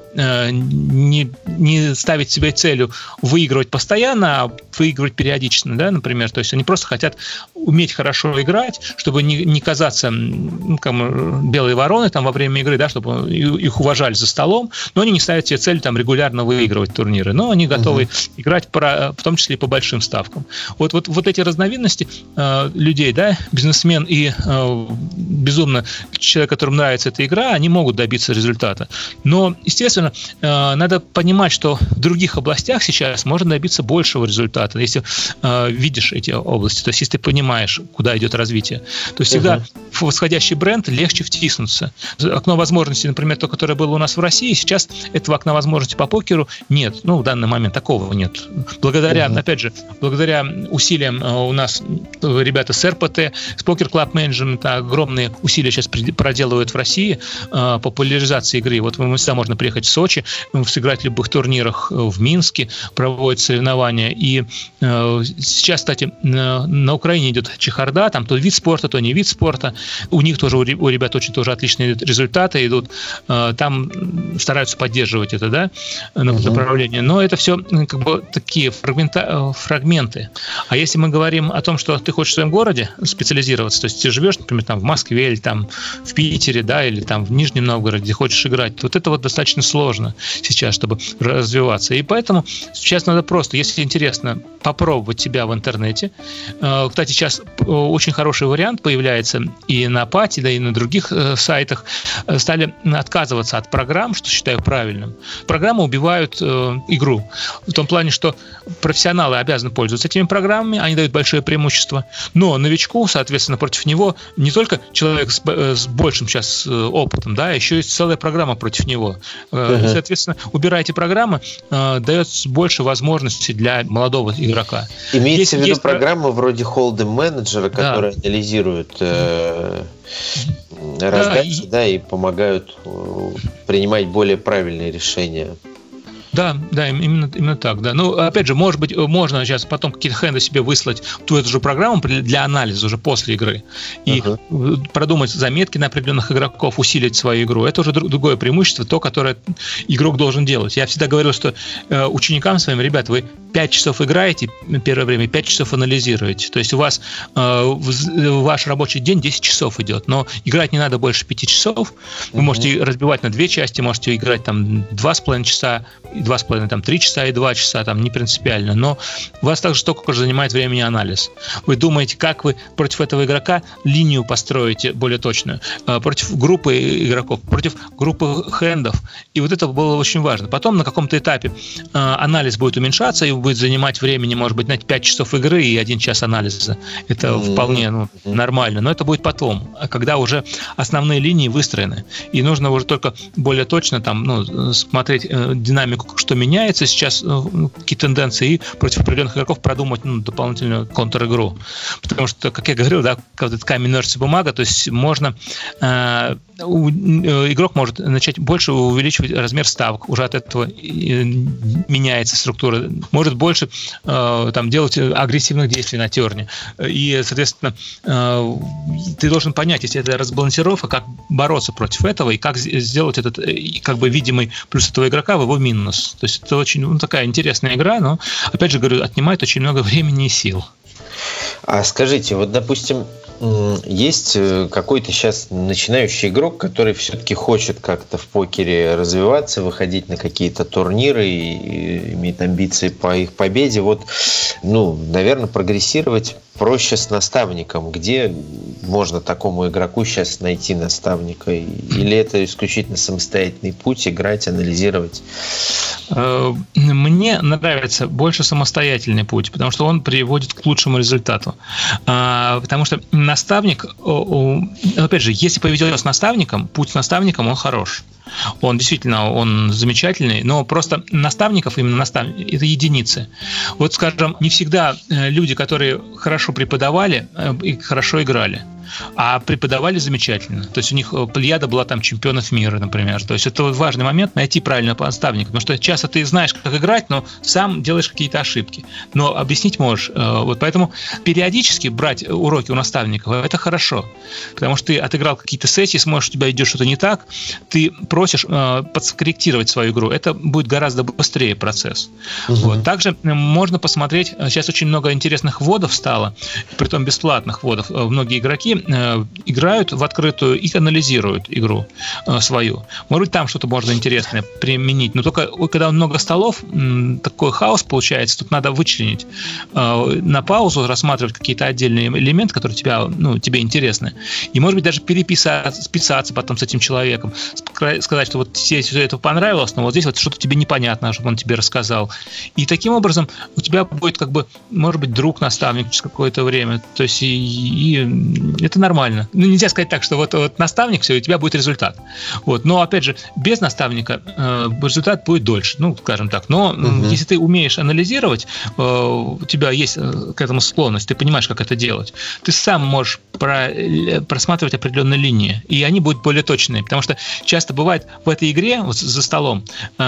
не, не ставить себе целью выигрывать постоянно, а выигрывать периодично, да, например. То есть они просто хотят уметь хорошо играть, чтобы не, не казаться, ну, как, белой вороной там, во время игры, да, чтобы их уважали за столом, но они не ставят себе цель там, регулярно выигрывать турниры, но они готовы uh-huh. играть по, в том числе и по большим ставкам. Вот, вот, вот эти разновидности э, людей, да, бизнесмен и э, безумно человек, которому нравится эта игра, они могут добиться результата. Но, естественно, э, надо понимать, что в других областях сейчас можно добиться большего результата, если э, видишь эти области, то есть если ты понимаешь, куда идет развитие. То есть всегда uh-huh. в восходящий бренд легче втиснуться. Окно возможностей, например, то, которое было у нас в России, сейчас этого окна возможностей по покеру нет. Ну, в данный момент такого нет. Благодаря, uh-huh. опять же, благодаря усилиям у нас ребята с эр пэ тэ, с Poker Club Management, огромные усилия сейчас проделывают в России по популяризации игры. Вот мы всегда можно приехать в Сочи, сыграть в любых турнирах в Минске, проводят соревнования. И сейчас, кстати, на Украине идет чехарда, там то вид спорта, то не вид спорта. У них тоже, у ребят очень тоже отличные результаты идут. Там стараются поддерживать это, да, направление. Но это все как бы такие фрагмента, фрагменты. А если мы говорим о том, что ты хочешь в своем городе специализироваться, то есть ты живешь, например, там в Москве или там в Питере, да, или там в Нижнем Новгороде, где хочешь играть, вот это вот достаточно сложно сейчас, чтобы развиваться. И поэтому сейчас надо просто, если интересно, попробовать себя в интернете. Кстати, сейчас очень хороший вариант появляется и на Пати, да, и на других сайтах. Стали отказываться от программ, что считаю правильным. Программы убивают э, игру. В том плане, что профессионалы обязаны пользоваться этими программами, они дают большое преимущество. Но новичку, соответственно, против него не только человек с, с большим сейчас опытом, да, еще есть целая программа против него. Uh-huh. Соответственно, убирая эти программы, дает больше возможностей для молодого игрока. Имеется есть, в виду есть... программы вроде Hold'em менеджеры, которые да. анализируют э, раздачи, да, да, и помогают принимать более правильные решения. Да, да, именно, именно так, да. Ну, опять же, может быть, можно сейчас потом какие-то хенды себе выслать в ту эту же программу для анализа уже после игры и uh-huh. продумать заметки на определенных игроков, усилить свою игру. Это уже другое преимущество, то, которое игрок должен делать. Я всегда говорил, что э, ученикам своим, ребят, вы пять часов играете первое время, пять часов анализируете. То есть у вас э, ваш рабочий день десять часов идет, но играть не надо больше пяти часов. Вы uh-huh. можете разбивать на две части, можете играть там два с половиной часа, два с половиной, там, три часа и два часа, там, не принципиально, но у вас также столько же занимает времени анализ. Вы думаете, как вы против этого игрока линию построите более точную, против группы игроков, против группы хендов, и вот это было очень важно. Потом на каком-то этапе анализ будет уменьшаться и будет занимать времени, может быть, на пять часов игры и один час анализа. Это mm-hmm. вполне ну, нормально, но это будет потом, когда уже основные линии выстроены, и нужно уже только более точно там, ну, смотреть динамику, что меняется сейчас, какие тенденции, и против определенных игроков продумать ну, дополнительную контр-игру. Потому что, как я говорил, да, вот этот камень, ножницы, бумага, то есть можно э, у, э, игрок может начать больше увеличивать размер ставок, уже от этого э, меняется структура, может больше э, там, делать агрессивных действий на терне. И, соответственно, э, ты должен понять, если это разбалансировка, как бороться против этого и как сделать этот как бы видимый плюс этого игрока в его минус. То есть это очень ну, такая интересная игра, но, опять же говорю, отнимает очень много времени и сил. А скажите, вот, допустим, есть какой-то сейчас начинающий игрок, который все-таки хочет как-то в покере развиваться, выходить на какие-то турниры и имеет амбиции по их победе. Вот, ну, наверное, прогрессировать проще с наставником. Где можно такому игроку сейчас найти наставника? Или это исключительно самостоятельный путь, играть, анализировать? Мне нравится больше самостоятельный путь, потому что он приводит к лучшему результату. Потому что наставник, опять же, если повезет с наставником, путь с наставником, он хорош. Он действительно, он замечательный, но просто наставников, именно наставников, это единицы. Вот, скажем, не всегда люди, которые хорошо преподавали и хорошо играли, а преподавали замечательно. То есть у них плеяда была там чемпионов мира, например. То есть это важный момент найти правильного наставника, потому что часто ты знаешь, как играть, но сам делаешь какие-то ошибки. Но объяснить можешь. Вот поэтому периодически брать уроки у наставников – это хорошо, потому что ты отыграл какие-то сессии, смотришь, у тебя идет что-то не так, ты просишь э, подкорректировать свою игру. Это будет гораздо быстрее процесс. Угу. Вот. Также можно посмотреть, сейчас очень много интересных вводов стало, притом бесплатных вводов. Многие игроки э, играют в открытую и анализируют игру э, свою. Может быть, там что-то можно интересное применить, но только когда много столов, м, такой хаос получается, тут надо вычленить э, на паузу, рассматривать какие-то отдельные элементы, которые тебя, ну, тебе интересны. И, может быть, даже переписаться, списаться потом с этим человеком, сказать, что вот тебе все это понравилось, но вот здесь вот что-то тебе непонятно, чтобы он тебе рассказал. И таким образом у тебя будет как бы, может быть, друг-наставник через какое-то время. То есть и, и это нормально. Ну, нельзя сказать так, что вот, вот наставник, все, и у тебя будет результат. Вот. Но, опять же, без наставника э, результат будет дольше, ну, скажем так. Но угу. если ты умеешь анализировать, э, у тебя есть к этому склонность, ты понимаешь, как это делать, ты сам можешь про, просматривать определенные линии, и они будут более точные, потому что часто бывает в этой игре вот за столом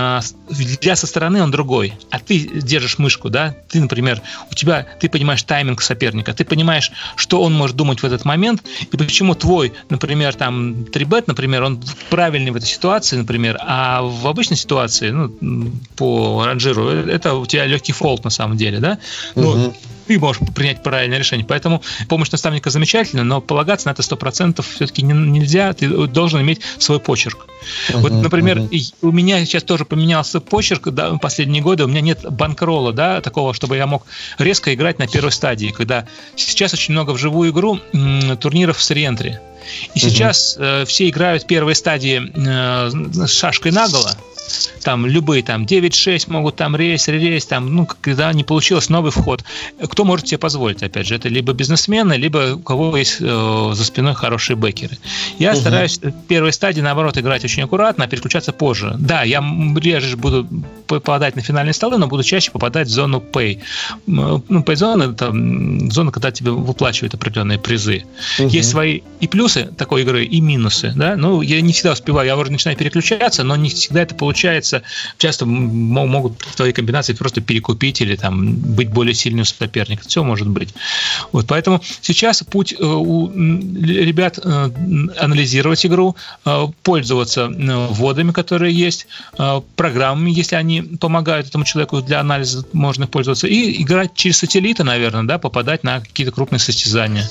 для со стороны он другой, а ты держишь мышку, да, ты, например, у тебя, ты понимаешь тайминг соперника, ты понимаешь, что он может думать в этот момент, и почему твой, например, там, три-бет, например, он правильный в этой ситуации, например, а в обычной ситуации, ну, по ранжиру, это у тебя легкий фолд на самом деле, да, ну, угу. ты можешь принять правильное решение. Поэтому помощь наставника замечательна, но полагаться на это сто процентов все-таки не, нельзя. Ты должен иметь свой почерк. Uh-huh, вот, например, uh-huh. у меня сейчас тоже поменялся почерк, да, в последние годы. У меня нет банкролла, да, такого, чтобы я мог резко играть на первой стадии, когда сейчас очень много в живую игру м, турниров с реентри. И uh-huh. сейчас э, все играют первые стадии э, с шашкой наголо. Там любые, там девять шесть могут там рейс, рейс, там, ну, когда не получилось, новый вход. Кто может себе позволить, опять же, это либо бизнесмены, либо у кого есть э, за спиной хорошие бэкеры. Я угу. стараюсь в первой стадии, наоборот, играть очень аккуратно, а переключаться позже. Да, я реже буду попадать на финальные столы, но буду чаще попадать в зону Pay. Ну, Pay-зона – это зона, когда тебе выплачивают определенные призы. Угу. Есть свои и плюсы такой игры, и минусы. Да? Ну, я не всегда успеваю, я уже начинаю переключаться, но не всегда это получается. Часто могут твои комбинации просто перекупить или там, быть более сильным соперником. Все может быть. Вот, поэтому сейчас путь у ребят анализировать игру, пользоваться вводами, которые есть, программами, если они помогают этому человеку для анализа, можно их пользоваться, и играть через сателлиты, наверное, да, попадать на какие-то крупные состязания.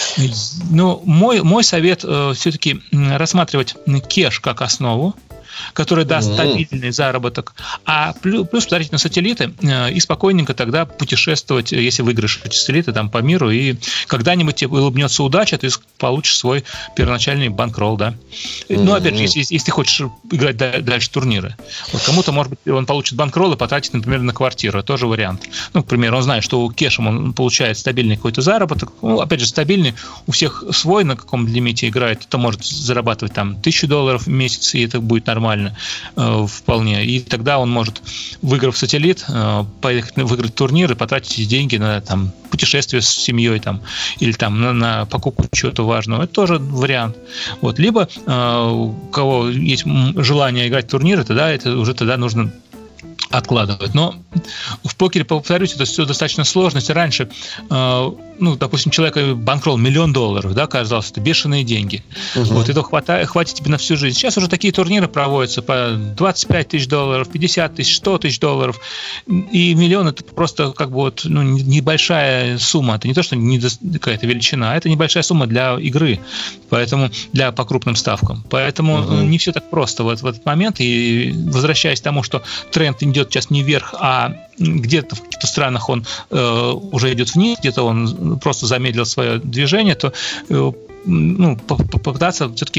Но мой, мой совет все-таки рассматривать кэш как основу, который даст стабильный заработок, а плюс, плюс подарить на сателлиты и спокойненько тогда путешествовать, если выиграешь эти сателлиты там по миру, и когда-нибудь тебе улыбнется удача, ты получишь свой первоначальный банкролл, да. Mm-hmm. Ну, опять же, если, если ты хочешь играть дальше турниры. Вот кому-то, может быть, он получит банкролл и потратит, например, на квартиру, тоже вариант. Ну, к примеру, он знает, что кэшем он получает стабильный какой-то заработок, ну, опять же, стабильный, у всех свой, на каком лимите играет, кто может зарабатывать там тысячу долларов в месяц, и это будет нормально. Нормально, э, вполне. И тогда он может, выиграв сателлит, э, поехать выиграть турнир и потратить эти деньги на там, путешествие с семьей там, или там, на, на покупку чего-то важного. Это тоже вариант. Вот. Либо э, у кого есть желание играть в турниры, тогда это уже тогда нужно откладывать. Но в покере, повторюсь, это все достаточно сложно. Если раньше, э, ну, допустим, человека банкролл миллион долларов, да, казалось, это бешеные деньги. Uh-huh. Вот, этого хватает, хватит тебе на всю жизнь. Сейчас уже такие турниры проводятся по двадцать пять тысяч долларов, пятьдесят тысяч, сто тысяч долларов. И миллион – это просто как бы вот, ну, небольшая сумма. Это не то, что не какая-то величина, а это небольшая сумма для игры. Поэтому для, по крупным ставкам. Поэтому uh-huh. не все так просто вот, в этот момент. И возвращаясь к тому, что тренд идет сейчас не вверх, а где-то в каких-то странах он э, уже идет вниз, где-то он просто замедлил свое движение, то э, ну, попытаться все-таки,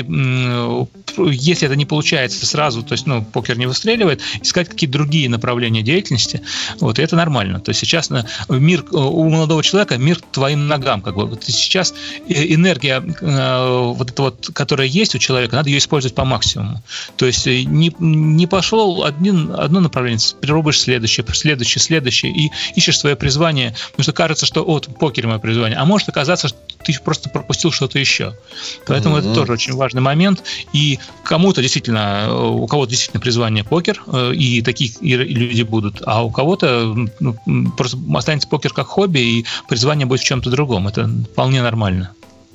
если это не получается сразу, то есть, ну, покер не выстреливает, искать какие-то другие направления деятельности, вот, и это нормально. То есть сейчас мир у молодого человека, мир к твоим ногам, как бы. Сейчас энергия, вот эта вот, которая есть у человека, надо ее использовать по максимуму. То есть не, не пошло один, одно направление, пробуешь следующее, следующее, следующее, и ищешь свое призвание, потому что кажется, что вот покер мое призвание, а может оказаться, что ты просто пропустил что-то еще. Поэтому mm-hmm. это тоже очень важный момент. И кому-то действительно, у кого-то действительно призвание покер, и такие люди будут, а у кого-то ну, просто останется покер как хобби, и призвание будет в чем-то другом. Это вполне нормально.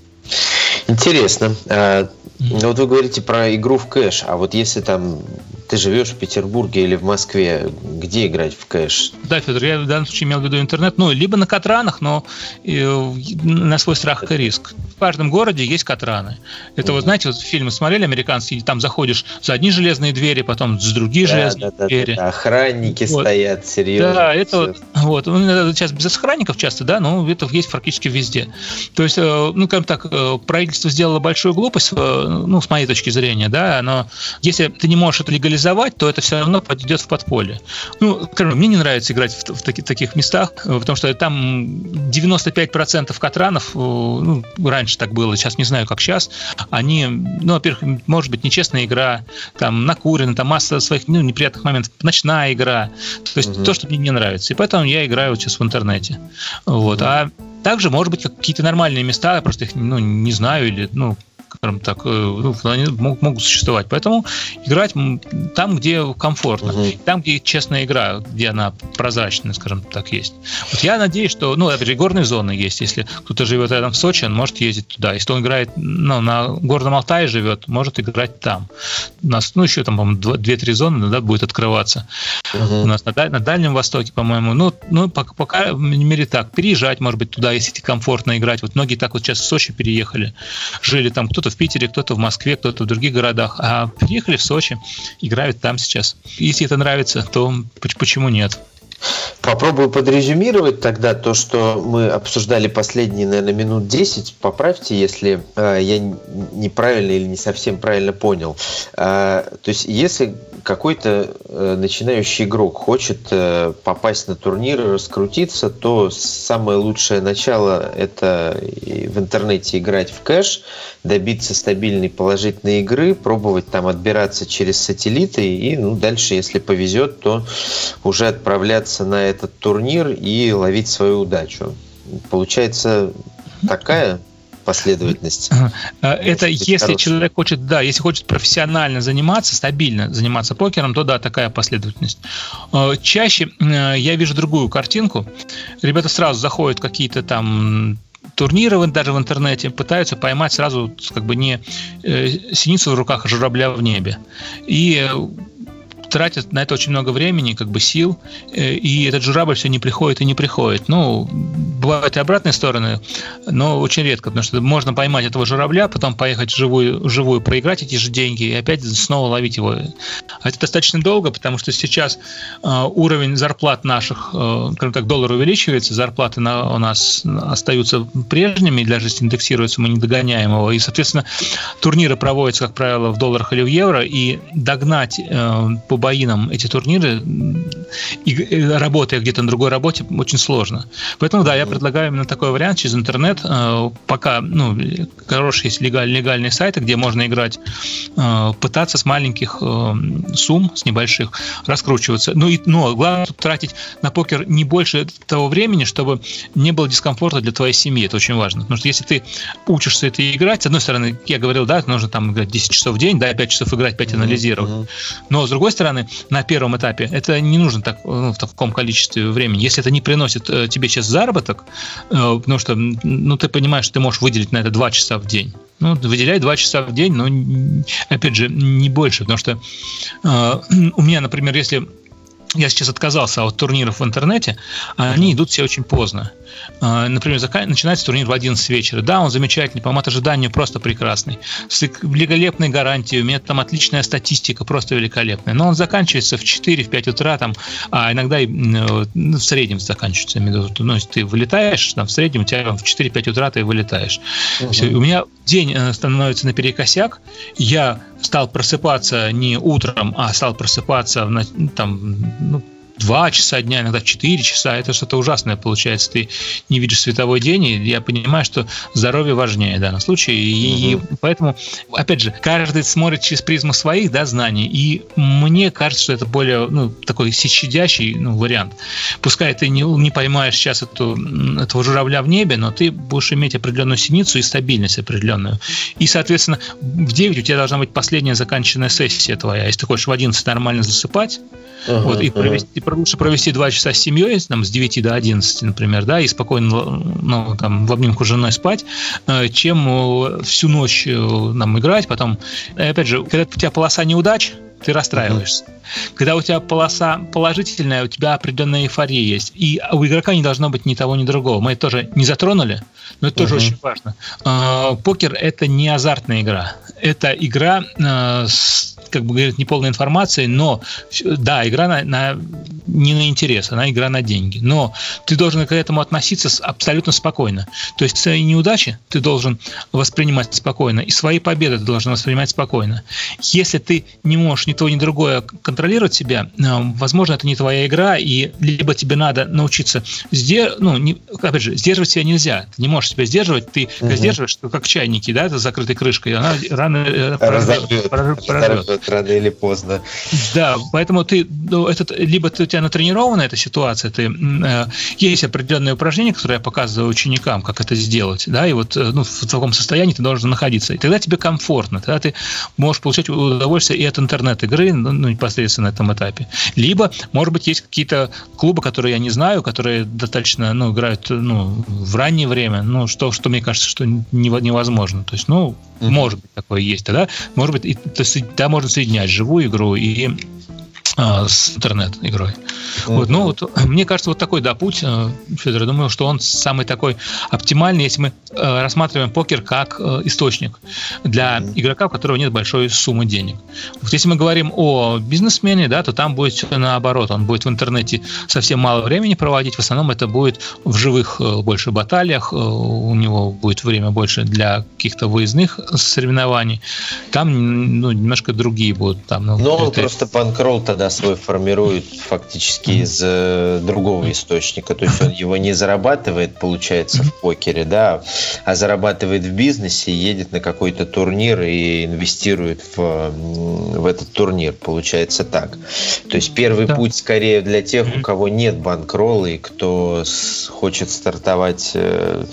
Интересно. Mm-hmm. Вот вы говорите про игру в кэш, а вот если там ты живешь в Петербурге или в Москве, где играть в кэш? Да, Федор, я в данном случае имел в виду интернет, ну, либо на катранах, но э, на свой страх и риск. В каждом городе есть катраны. Это, mm-hmm. вы знаете, вот фильмы смотрели американские, там заходишь за одни железные двери, потом за другие да, железные да, двери. Да, да. Охранники вот. Стоят, серьезно. Да, это вот, вот. Сейчас без охранников часто, да, но это есть практически везде. То есть, э, ну, как так, правительство сделало большую глупость, э, ну, с моей точки зрения, да, но если ты не можешь это легализовать, то это все равно пойдет в подполье. Ну, скажем, мне не нравится играть в, в таки, таких местах, потому что там девяносто пять процентов катранов, ну, раньше так было, сейчас не знаю, как сейчас, они, ну, во-первых, может быть, нечестная игра, там, накурена, там масса своих, ну, неприятных моментов, ночная игра, то есть угу. то, что мне не нравится. И поэтому я играю вот сейчас в интернете. Вот. Угу. А также, может быть, какие-то нормальные места, я просто их, ну, не знаю, или, ну, скажем так, ну, они могут, могут существовать. Поэтому играть там, где комфортно, угу. там, где честная игра, где она прозрачная, скажем так, есть. Вот я надеюсь, что, ну, опять же, горные зоны есть. Если кто-то живет рядом в Сочи, он может ездить туда. Если он играет, ну, на Горном Алтае живет, может играть там. У нас, ну, еще там, по-моему, две-три зоны, да, будет открываться. Угу. У нас на, на Дальнем Востоке, по-моему. Ну, ну пока, пока, в мире так. Переезжать, может быть, туда, если тебе комфортно играть. Вот многие так вот сейчас в Сочи переехали. Жили там, кто-то в Питере, кто-то в Москве, кто-то в других городах, а приехали в Сочи, играют там сейчас. Если это нравится, то почему нет? Попробую подрезюмировать тогда то, что мы обсуждали последние, наверное, минут десять. Поправьте, если э, я неправильно или не совсем правильно понял. Э, то есть, если какой-то э, начинающий игрок хочет э, попасть на турнир и раскрутиться, то самое лучшее начало – это в интернете играть в кэш, добиться стабильной положительной игры, пробовать там отбираться через сателлиты и, ну, дальше, если повезет, то уже отправляться на этот турнир и ловить свою удачу. Получается такая последовательность. Это если хороший. Человек хочет, да, если хочет профессионально заниматься, стабильно заниматься покером, то да, такая последовательность. Чаще я вижу другую картинку. Ребята сразу заходят в какие-то там турниры, даже в интернете, пытаются поймать сразу как бы не синицу в руках, а журавля в небе. И тратят на это очень много времени, как бы сил, и этот журавль все не приходит и не приходит. Ну, бывают и обратные стороны, но очень редко, потому что можно поймать этого журавля, потом поехать вживую, вживую проиграть эти же деньги и опять снова ловить его. А это достаточно долго, потому что сейчас э, уровень зарплат наших, э, скажем так, доллар увеличивается, зарплаты на, у нас остаются прежними, даже если индексируются, мы не догоняем его, и, соответственно, турниры проводятся, как правило, в долларах или в евро, и догнать э, по боинам эти турниры, и, работая где-то на другой работе, очень сложно. Поэтому, да, я предлагаю именно такой вариант через интернет. Пока, ну, хорошие есть легаль, легальные сайты, где можно играть, пытаться с маленьких сумм, с небольших, раскручиваться. Ну, и, но главное тратить на покер не больше того времени, чтобы не было дискомфорта для твоей семьи. Это очень важно. Потому что если ты учишься это играть, с одной стороны, я говорил, да, нужно там играть десять часов в день, да, пять часов играть, пять анализировать. Но, с другой стороны, на первом этапе это не нужно так, ну, в таком количестве времени. Если это не приносит э, тебе сейчас заработок, э, потому что, ну, ты понимаешь, что ты можешь выделить на это два часа в день. Ну, выделяй два часа в день, но, опять же, не больше. Потому что э, у меня, например, если я сейчас отказался от турниров в интернете, они идут все очень поздно. Например, начинается турнир в одиннадцать вечера. Да, он замечательный, по мат-ожиданию просто прекрасный. С великолепной гарантией, у меня там отличная статистика, просто великолепная. Но он заканчивается в четыре-пять утра, там, а иногда и, ну, в среднем заканчивается. Ну, если ты вылетаешь, там, в среднем у тебя в четыре-пять утра ты вылетаешь. Uh-huh. Все, у меня день становится наперекосяк, я стал просыпаться не утром, а стал просыпаться там, ну, два часа дня, иногда четыре часа. Это что-то ужасное получается. Ты не видишь световой день, и я понимаю, что здоровье важнее в данном случае. И, угу. и поэтому, опять же, каждый смотрит через призму своих, да, знаний. И мне кажется, что это более, ну, такой щадящий, ну, вариант. Пускай ты не, не поймаешь сейчас эту, этого журавля в небе, но ты будешь иметь определенную синицу и стабильность определенную. И, соответственно, в девять у тебя должна быть последняя заканченная сессия твоя. Если ты хочешь в одиннадцать нормально засыпать, Uh-huh, вот, и провести, uh-huh. лучше провести два часа с семьей, там, с девяти до одиннадцати, например, да, и спокойно, ну, там, в обнимку с женой спать, чем всю ночь нам играть. Потом, опять же, когда у тебя полоса неудач, ты расстраиваешься. Uh-huh. Когда у тебя полоса положительная, у тебя определенная эйфория есть. И у игрока не должно быть ни того, ни другого. Мы это тоже не затронули, но это uh-huh. тоже очень важно. А, покер – это не азартная игра. Это игра а, с, как бы говорят, неполной информацией, но, да, игра на, на, не на интерес, она игра на деньги. Но ты должен к этому относиться абсолютно спокойно. То есть свои неудачи ты должен воспринимать спокойно, и свои победы ты должен воспринимать спокойно. Если ты не можешь ни то, ни другое контролировать себя, возможно, это не твоя игра, и либо тебе надо научиться сдерживать, ну, не, опять же, сдерживать себя нельзя. Ты не можешь себя сдерживать, ты угу. сдерживаешь, как чайники, да, с закрытой крышкой, она рано разорвет, разорвет рано или поздно. Да, поэтому ты, ну, этот, либо ты, у тебя натренирована эта ситуация, ты, э, есть определенные упражнения, которые я показываю ученикам, как это сделать, да, и вот, ну, в таком состоянии ты должен находиться, и тогда тебе комфортно, тогда ты можешь получать удовольствие и от интернет-игры, ну, непосредственно на этом этапе. Либо, может быть, есть какие-то клубы, которые я не знаю, которые достаточно, ну, играют, ну, в раннее время, ну, что, что мне кажется, что невозможно. То есть, ну, mm-hmm. может быть, такое есть. Тогда, может быть, и, то есть, да, можно соединять живую игру и а, с интернет-игрой. Mm-hmm. Вот, ну, вот, мне кажется, вот такой, да, путь, Федор, я думаю, что он самый такой оптимальный, если мы рассматриваем покер как источник для mm-hmm. игрока, у которого нет большой суммы денег. Вот если мы говорим о бизнесмене, да, то там будет все наоборот. Он будет в интернете совсем мало времени проводить, в основном это будет в живых больше баталиях, у него будет время больше для каких-то выездных соревнований. Там, ну, немножко другие будут. Там, ну, Но он это... просто банкролл тогда свой формирует фактически из э, другого источника. То есть он его не зарабатывает, получается, в покере, да, а зарабатывает в бизнесе, едет на какой-то турнир и инвестирует в, в этот турнир. Получается так. То есть первый да. путь скорее для тех, у кого нет банкролла и кто хочет стартовать э,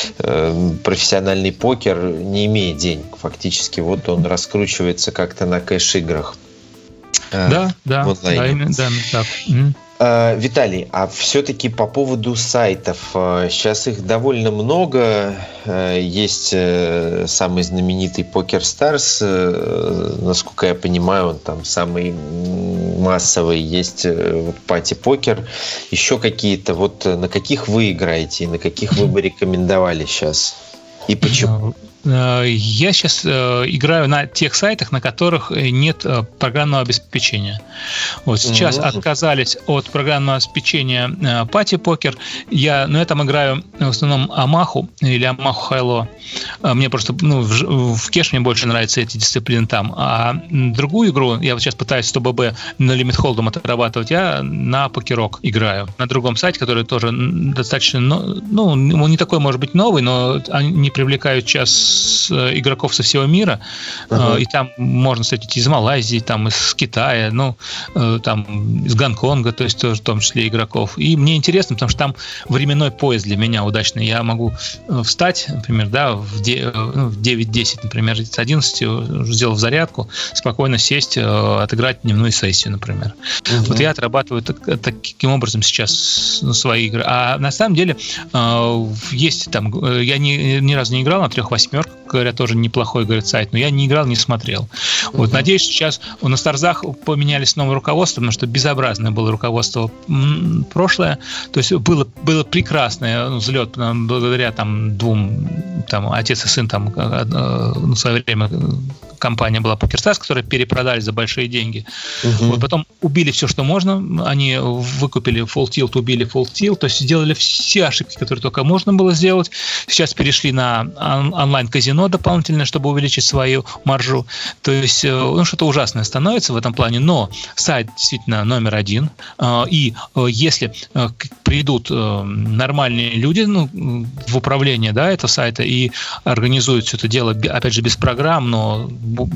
э, профессиональный покер, не имея денег. Фактически вот он раскручивается как-то на кэш-играх. Да, да, да, именно, да, так. Виталий, а все-таки по поводу сайтов. Сейчас их довольно много. Есть самый знаменитый PokerStars. Насколько я понимаю, он там самый массовый. Есть Party Poker. Еще какие-то. Вот на каких вы играете и на каких вы бы рекомендовали сейчас? И почему? Я сейчас э, играю на тех сайтах, на которых нет э, программного обеспечения. Вот сейчас mm-hmm. отказались от программного обеспечения э, Party Poker. Я, ну, я там играю в основном Амаху или Амаху Хайло. Э, мне просто, ну, в, в кеш мне больше нравятся эти дисциплины там. А другую игру, я вот сейчас пытаюсь сто бэ бэ на лимит холдом отрабатывать, я на Покерок играю. На другом сайте, который тоже достаточно, ну, он не такой, может быть, новый, но они привлекают сейчас игроков со всего мира, uh-huh. и там можно встретить из Малайзии, там из Китая, ну, там из Гонконга, то есть тоже в том числе игроков. И мне интересно, потому что там временной пояс для меня удачный. Я могу встать, например, да, в девять-десять, например, с одиннадцати, сделав зарядку, спокойно сесть, отыграть дневную сессию, например. Uh-huh. Вот я отрабатываю так, таким образом сейчас свои игры. А на самом деле есть там, я ни, ни разу не играл на трех восьмерках, говорят, тоже неплохой, говорят, сайт, но я не играл, не смотрел. Uh-huh. Вот, надеюсь, сейчас на Старзах поменялись новое руководство, потому что безобразное было руководство м- прошлое, то есть было, было прекрасный взлет благодаря там двум, там, отец и сын, там, в свое время компания была PokerStars, которая перепродали за большие деньги. Uh-huh. Вот, потом убили все, что можно, они выкупили Full Tilt, убили Full Tilt, то есть сделали все ошибки, которые только можно было сделать. Сейчас перешли на он- онлайн-казино дополнительно, чтобы увеличить свою маржу. То есть, ну, что-то ужасное становится в этом плане, но сайт действительно номер один. И если придут нормальные люди, ну, в управление, да, этого сайта и организуют все это дело, опять же, без программ, но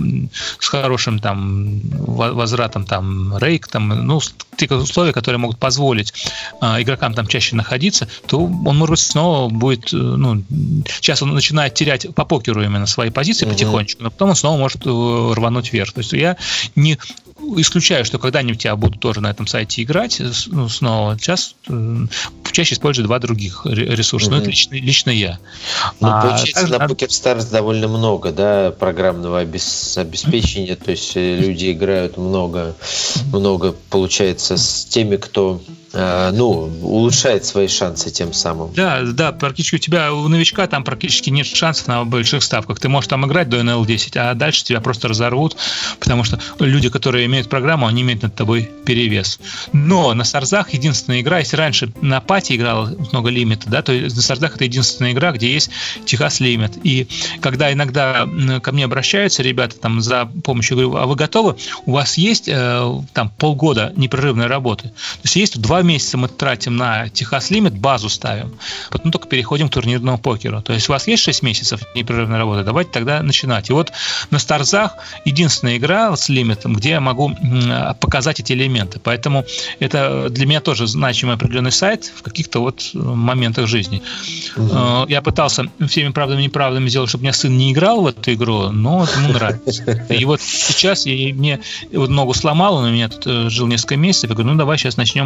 с хорошим там возвратом, там, рейк, там, ну, те условия, которые могут позволить игрокам там чаще находиться, то он, может быть, снова будет, ну, сейчас он начинает терять по покеру именно свои позиции uh-huh. потихонечку, но потом он снова может рвануть вверх. То есть я не исключаю, что когда-нибудь я буду тоже на этом сайте играть, ну, снова. Сейчас чаще использую два других ресурса, uh-huh. но это лично, лично я. Ну, а, получается, также на надо... PokerStars довольно много, да, программного обеспечения, то есть люди играют много, много, получается, с теми, кто ну, улучшает свои шансы тем самым. Да, да, практически у тебя, у новичка там практически нет шансов на больших ставках. Ты можешь там играть до эн эл десять, а дальше тебя просто разорвут, потому что люди, которые имеют программу, они имеют над тобой перевес. Но на Старзах единственная игра, если раньше на Пати играл много лимита, да, то на Старзах это единственная игра, где есть Техас лимит. И когда иногда ко мне обращаются ребята там за помощью, я говорю, а вы готовы? У вас есть э, там полгода непрерывной работы. То есть есть два месяца мы тратим на Техас лимит, базу ставим, потом только переходим к турнирному покеру. То есть у вас есть шесть месяцев непрерывной работы, давайте тогда начинать. И вот на Старзах единственная игра с лимитом, где я могу показать эти элементы. Поэтому это для меня тоже значимый определенный сайт в каких-то вот моментах жизни. Угу. Я пытался всеми правдами и неправдами сделать, чтобы у меня сын не играл в эту игру, но ему нравится. И вот сейчас я мне вот ногу сломал, он у меня тут жил несколько месяцев, я говорю, ну давай сейчас начнем вот в начале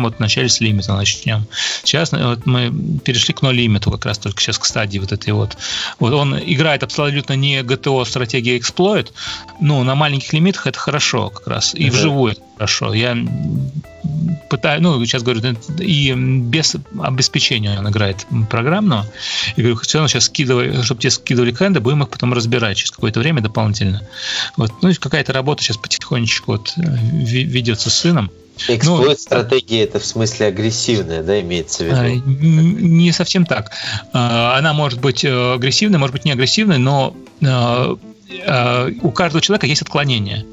вначале с лимита начнем. Сейчас вот мы перешли к но-лимиту как раз только сейчас к стадии вот этой вот. Вот он играет абсолютно не джи ти о стратегия эксплойт, но на маленьких лимитах это хорошо как раз, и mm-hmm. вживую это хорошо. Я пытаюсь, ну, сейчас говорю, и без обеспечения он играет программного. И говорю, все равно сейчас скидывай, чтобы тебе скидывали хенды, будем их потом разбирать через какое-то время дополнительно. Вот. Ну, и какая-то работа сейчас потихонечку вот ведется с сыном. Эксплойт ну, стратегия это в смысле агрессивная, да, имеется в виду? Не совсем так. Она может быть агрессивной, может быть не агрессивной, но у каждого человека есть отклонения.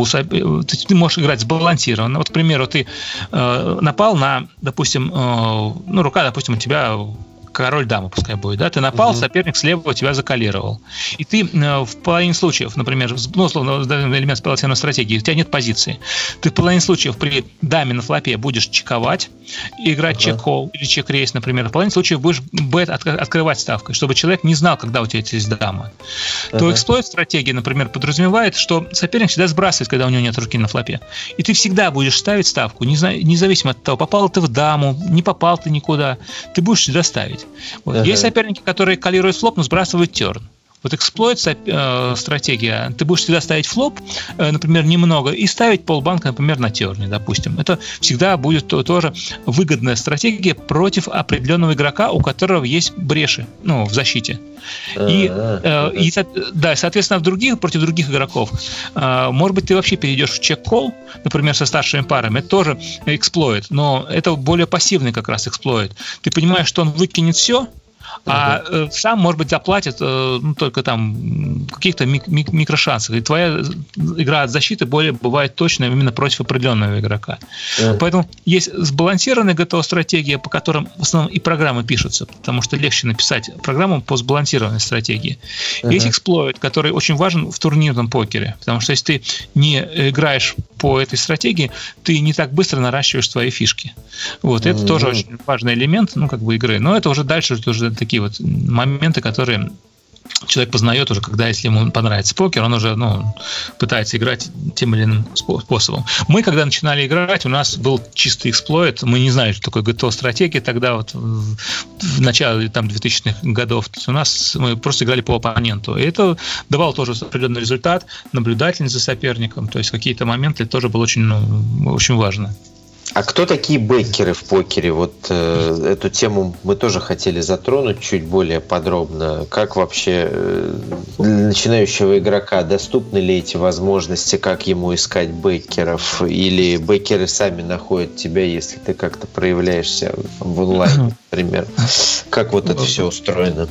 Ты можешь играть сбалансированно. Вот, к примеру, ты напал на, допустим, ну, рука, допустим, у тебя король-дама, пускай будет, да, ты напал, uh-huh. соперник слева тебя закалировал. И ты э, в половине случаев, например, ну, условно, элемент сбалансированной стратегии, у тебя нет позиции. Ты в половине случаев при даме на флопе будешь чековать, играть uh-huh. чек-колл или чек-рейс, например. В половине случаев будешь бет от, открывать ставкой, чтобы человек не знал, когда у тебя есть дама. Uh-huh. То эксплойт-стратегия, например, подразумевает, что соперник всегда сбрасывает, когда у него нет руки на флопе. И ты всегда будешь ставить ставку, независимо от того, попал ты в даму, не попал ты никуда, ты будешь всегда ставить. Вот. Uh-huh. Есть соперники, которые калируют флоп, но сбрасывают терн. Вот эксплойт э, стратегия, ты будешь всегда ставить флоп, э, например, немного, и ставить полбанка, например, на терне, допустим. Это всегда будет то, тоже выгодная стратегия против определенного игрока, у которого есть бреши, ну, в защите. И, э, и да, соответственно, в других, против других игроков, э, может быть, ты вообще перейдешь в чек-колл, например, со старшими парами, это тоже эксплойт, но это более пассивный как раз эксплойт. Ты понимаешь, что он выкинет все, а uh-huh. сам, может быть, заплатит ну, только там каких-то мик- мик- микрошансов. И твоя игра от защиты более бывает точная именно против определенного игрока. Uh-huh. Поэтому есть сбалансированная джи ти о-стратегия, по которым в основном и программы пишутся, потому что легче написать программу по сбалансированной стратегии. Uh-huh. Есть эксплойт, который очень важен в турнирном покере, потому что если ты не играешь по этой стратегии, ты не так быстро наращиваешь свои фишки. Вот. Uh-huh. Это тоже очень важный элемент, ну, как бы игры. Но это уже дальше уже такие вот моменты, которые человек познает уже, когда, если ему понравится покер, он уже ну, пытается играть тем или иным способом. Мы, когда начинали играть, у нас был чистый эксплойт, мы не знали, что такое джи ти о-стратегия тогда, вот, в начале там, двухтысячных годов. То есть у нас мы просто играли по оппоненту. И это давало тоже определенный результат, наблюдательность за соперником, то есть какие-то моменты тоже было очень, ну, очень важно. А кто такие бэкеры в покере? Вот э, эту тему мы тоже хотели затронуть чуть более подробно. Как вообще э, для начинающего игрока доступны ли эти возможности, как ему искать бэкеров? Или бэкеры сами находят тебя, если ты как-то проявляешься в онлайне, например? Как вот это все устроено?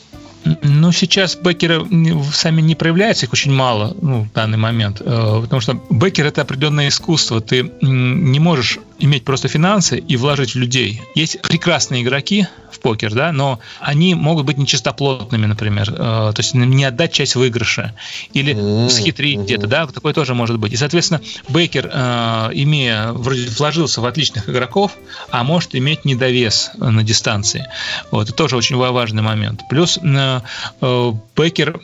Ну, сейчас бэкеры сами не проявляются, их очень мало ну, в данный момент, потому что бэкер – это определенное искусство. Ты не можешь иметь просто финансы и вложить в людей. Есть прекрасные игроки в покер, да, но они могут быть нечистоплотными, например, то есть не отдать часть выигрыша или mm-hmm. схитрить mm-hmm. где-то, да, такое тоже может быть. И, соответственно, бэкер, имея, вроде вложился в отличных игроков, а может иметь недовес на дистанции. Вот, это тоже очень важный момент. Плюс бэкер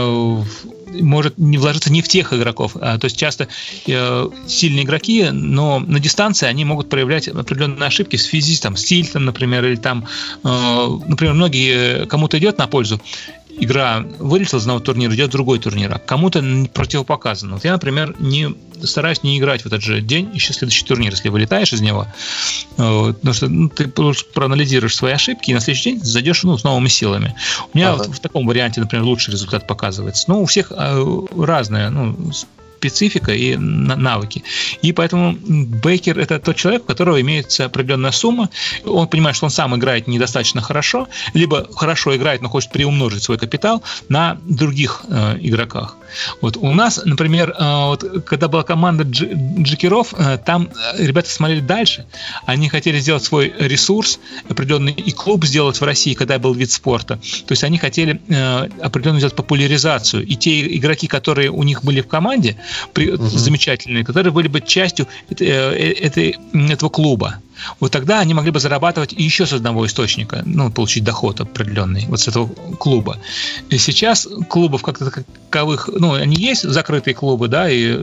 может не вложиться не в тех игроков. А, то есть часто э, сильные игроки, но на дистанции они могут проявлять определенные ошибки в связи там, с тильтом, например, или там, э, например, многие кому-то идет на пользу. Игра вылетела из одного турнира, идет другой турнир, а кому-то противопоказано. Вот я, например, не стараюсь не играть в этот же день, еще следующий турнир, если вылетаешь из него, потому что ну, ты проанализируешь свои ошибки и на следующий день зайдешь ну, с новыми силами. У меня ага. вот в таком варианте, например, лучший результат показывается. Но у всех разные, ну, специфика и навыки. И поэтому бэкер – это тот человек, у которого имеется определенная сумма, он понимает, что он сам играет недостаточно хорошо, либо хорошо играет, но хочет приумножить свой капитал на других э, игроках. Вот у нас, например, э, вот, когда была команда дж- джекеров, э, там ребята смотрели дальше, они хотели сделать свой ресурс, определенный и клуб сделать в России, когда был вид спорта. То есть они хотели э, определенно сделать популяризацию. И те игроки, которые у них были в команде, при, uh-huh. замечательные, которые были бы частью это, это, этого клуба. вот тогда они могли бы зарабатывать еще с одного источника, ну, получить доход определенный вот с этого клуба. И сейчас клубов как-то таковых, ну, они есть, закрытые клубы, да, и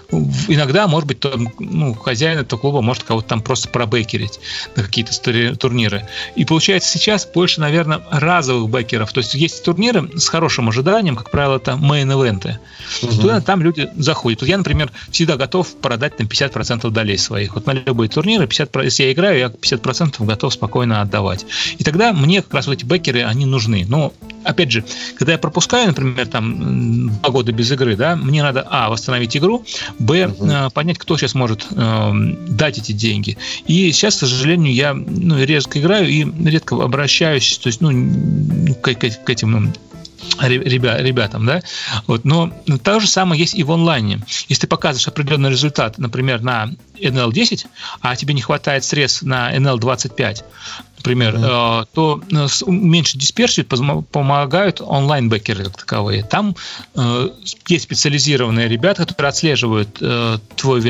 иногда, может быть, то, ну, хозяин этого клуба может кого-то там просто пробекерить на какие-то турниры. И получается сейчас больше, наверное, разовых бекеров. То есть есть турниры с хорошим ожиданием, как правило, это мейн-эвенты. Угу. Туда там люди заходят. Вот я, например, всегда готов продать там пятьдесят процентов долей своих. Вот на любые турниры, пятьдесят процентов, если я играю, я пятьдесят процентов готов спокойно отдавать. И тогда мне как раз вот эти бекеры, они нужны. Но, опять же, когда я пропускаю, например, там два года без игры, да, мне надо, а, восстановить игру, б, угу. понять, кто сейчас может э, дать эти деньги. И сейчас, к сожалению, я ну, редко играю и редко обращаюсь, то есть, ну, к, к, к этим, ну, ребят, ребятам, да, вот, но то же самое есть и в онлайне. Если ты показываешь определенный результат, например, на эн эл десять, а тебе не хватает средств на эн эл двадцать пять, например, mm-hmm. то уменьшить дисперсию помогают онлайн-бекеры как таковые. Там э, есть специализированные ребята, которые отслеживают э, твой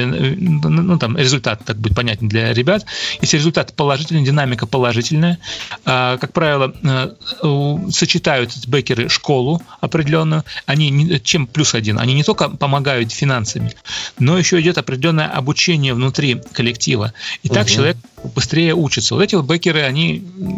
ну, там, результат, так будет понятен для ребят. Если результат положительный, динамика положительная, э, как правило, э, сочетают бекеры школу определенную, они, чем плюс один, они не только помогают финансами, но еще идет определенное обучение внутри коллектива. И так mm-hmm. человек быстрее учится. Вот эти вот бекеры, они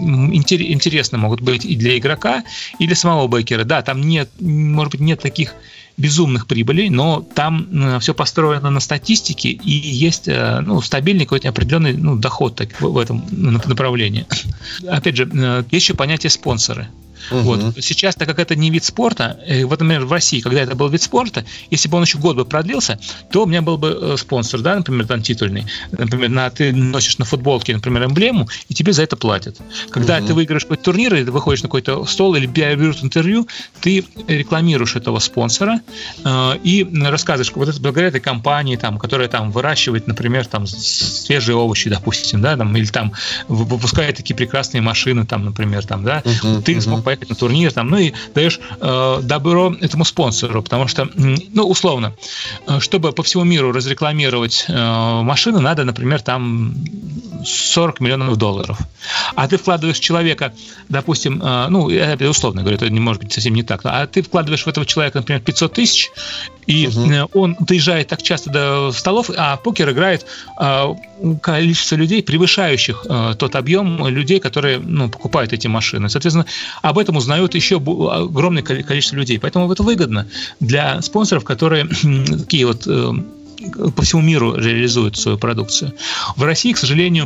интересны могут быть и для игрока, и для самого бекера. Да, там нет, может быть, нет таких безумных прибылей, но там э, все построено на статистике и есть э, ну, стабильный какой-то определенный ну, доход так, в, в этом направлении. Опять же, э, есть еще понятие спонсоры. Uh-huh. Вот. Сейчас, так как это не вид спорта, вот, например, в России, когда это был вид спорта, если бы он еще год бы продлился, то у меня был бы спонсор, да, например, там титульный. Например, на, ты носишь на футболке, например, эмблему, и тебе за это платят. Когда uh-huh. ты выиграешь какой-то турнир, или ты выходишь на какой-то стол, или берут интервью, ты рекламируешь этого спонсора э, и рассказываешь, вот это благодаря этой компании, там, которая там выращивает, например, там, свежие овощи, допустим, да, там, или там выпускает такие прекрасные машины, там, например, там, да, uh-huh. ты смог поехать на турнир, там, ну и даешь э, добро этому спонсору, потому что, ну, условно, чтобы по всему миру разрекламировать э, машины, надо, например, там сорок миллионов долларов. А ты вкладываешь в человека, допустим, э, ну, я условно говорю, это не может быть совсем не так, а ты вкладываешь в этого человека, например, пятьсот тысяч, и uh-huh. он доезжает так часто до столов, а покер играет э, количество людей, превышающих э, тот объем людей, которые ну, покупают эти машины. Соответственно, об этом узнают еще огромное количество людей. Поэтому это выгодно для спонсоров, которые такие вот э, по всему миру реализуют свою продукцию. В России, к сожалению,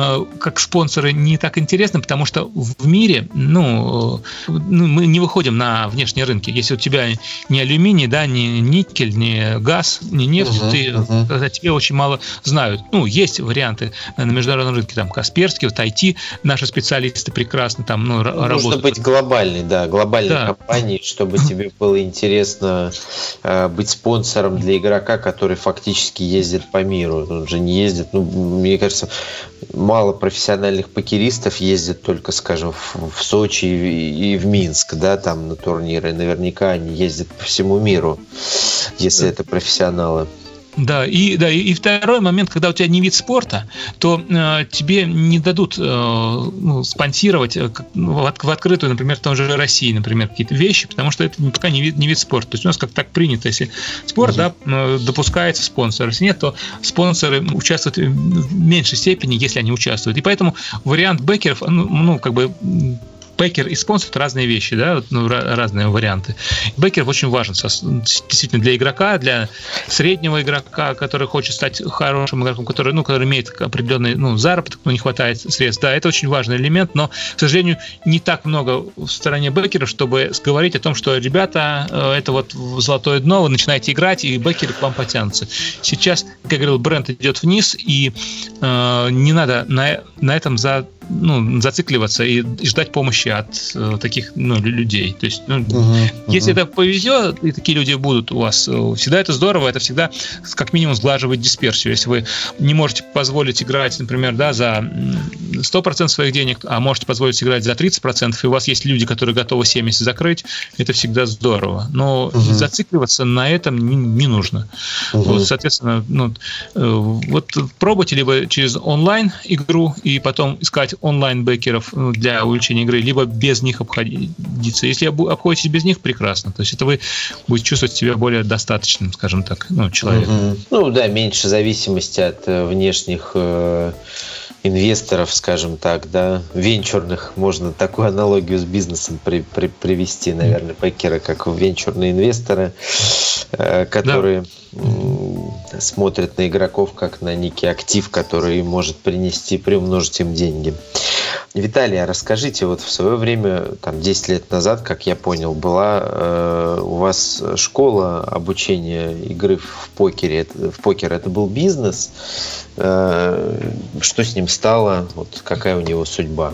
как спонсоры не так интересны, потому что в мире, ну, мы не выходим на внешние рынки. Если у тебя не алюминий, да, не никель, не газ, не нефть, uh-huh, ты, uh-huh. о тебе очень мало знают. Ну, есть варианты на международном рынке, там, Касперский, вот ай ти, наши специалисты прекрасно там, ну, Нужно работают. Нужно быть глобальной, да, глобальной да. компанией, чтобы тебе было интересно э, быть спонсором для игрока, который фактически фактически ездит по миру. Он же не ездит, ну, мне кажется, мало профессиональных покеристов ездит только, скажем, в, в Сочи и, и в Минск, да, там на турниры. Наверняка они ездят по всему миру, если это профессионалы. Да, и, да, и второй момент, когда у тебя не вид спорта, то э, тебе не дадут э, ну, спонсировать э, в, от, в открытую, например, в том же России, например, какие-то вещи, потому что это пока не вид, не вид спорта. То есть у нас как так принято, если спорт, uh-huh. да, допускается спонсор, если нет, то спонсоры участвуют в меньшей степени, если они участвуют. И поэтому вариант бекеров, ну, ну как бы... Бекер и спонсор – это разные вещи, да, ну, разные варианты. Бекер очень важен действительно для игрока, для среднего игрока, который хочет стать хорошим игроком, который, ну, который имеет определенный ну, заработок, но не хватает средств. Да, это очень важный элемент, но, к сожалению, не так много в стороне бекеров, чтобы говорить о том, что, ребята, это вот золотое дно, вы начинаете играть, и бекеры к вам потянутся. Сейчас, как я говорил, бренд идет вниз, и э, не надо на, на этом за ну, зацикливаться и ждать помощи от э, таких ну, людей. То есть, ну, uh-huh, если uh-huh. это повезет, и такие люди будут у вас, всегда это здорово, это всегда как минимум сглаживает дисперсию. Если вы не можете позволить играть, например, да, за сто процентов своих денег, а можете позволить играть за тридцать процентов, и у вас есть люди, которые готовы семьдесят закрыть, это всегда здорово. Но угу. зацикливаться на этом не, не нужно. Угу. Вот, соответственно, ну, вот пробуйте либо через онлайн-игру и потом искать онлайн-бэкеров для увеличения игры, либо без них обходиться. Если обходитесь без них, прекрасно. То есть это вы будете чувствовать себя более достаточным, скажем так, ну, человеком. Угу. Ну да, меньше зависимости от внешних э, инвесторов, скажем так, да, венчурных. Можно такую аналогию с бизнесом при, при, привести, наверное, бэкеры, как венчурные инвесторы, э, которые да. э, смотрят на игроков как на некий актив, который может принести, приумножить им деньги. Виталий, а расскажите, вот в свое время, там, десять лет назад, как я понял, была э, у вас школа обучения игры в покере. Это, в покер это был бизнес. Э, что с ним стало? Вот какая у него судьба?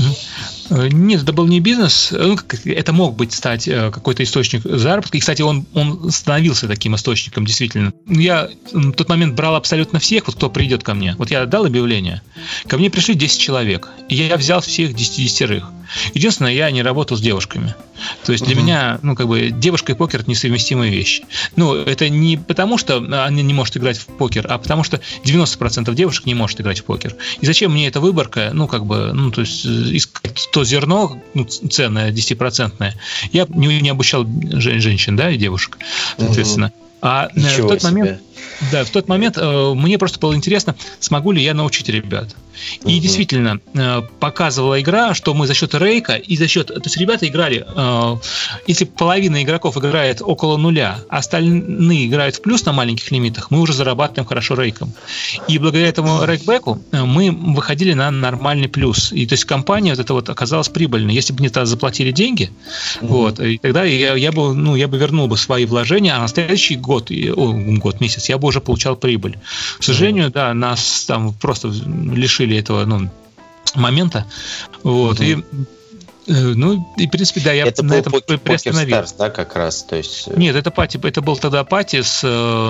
Нет, это был не бизнес. Это мог быть стать какой-то источник заработка. И, кстати, он, он становился таким источником, действительно. Я в тот момент брал абсолютно всех, вот кто придет ко мне. Вот я дал объявление. Ко мне пришли десять человек. И я взял всех десятерых. Единственное, я не работал с девушками. То есть для uh-huh. меня, ну, как бы, девушка и покер – это несовместимые вещи. Ну, это не потому, что она не может играть в покер, а потому что девяносто процентов девушек не может играть в покер. И зачем мне эта выборка? Ну, как бы, ну, то есть искать то зерно, ну, ценное, десятипроцентное. Я не, не обучал женщин, да, и девушек, соответственно. Uh-huh. А Ничего в тот себе. момент, да, в тот момент э, мне просто было интересно, смогу ли я научить ребят. И угу. действительно э, показывала игра, что мы за счет рейка и за счет, то есть ребята играли, э, если половина игроков играет около нуля, а остальные играют в плюс на маленьких лимитах, мы уже зарабатываем хорошо рейком. И благодаря этому рейкбеку э, мы выходили на нормальный плюс. И то есть компания вот эта вот оказалась прибыльной. Если бы мне тогда заплатили деньги, угу. вот, и тогда я, я бы, ну, я бы вернул бы свои вложения, а на следующий год Год, о, год, месяц, я бы уже получал прибыль. К сожалению, да, нас там просто лишили этого, ну, момента. Вот, mm-hmm. и ну, и, в принципе, да, я это на был этом покер, приостановился. Stars, да, как раз, то есть... Нет, это пати, это был тогда пати с,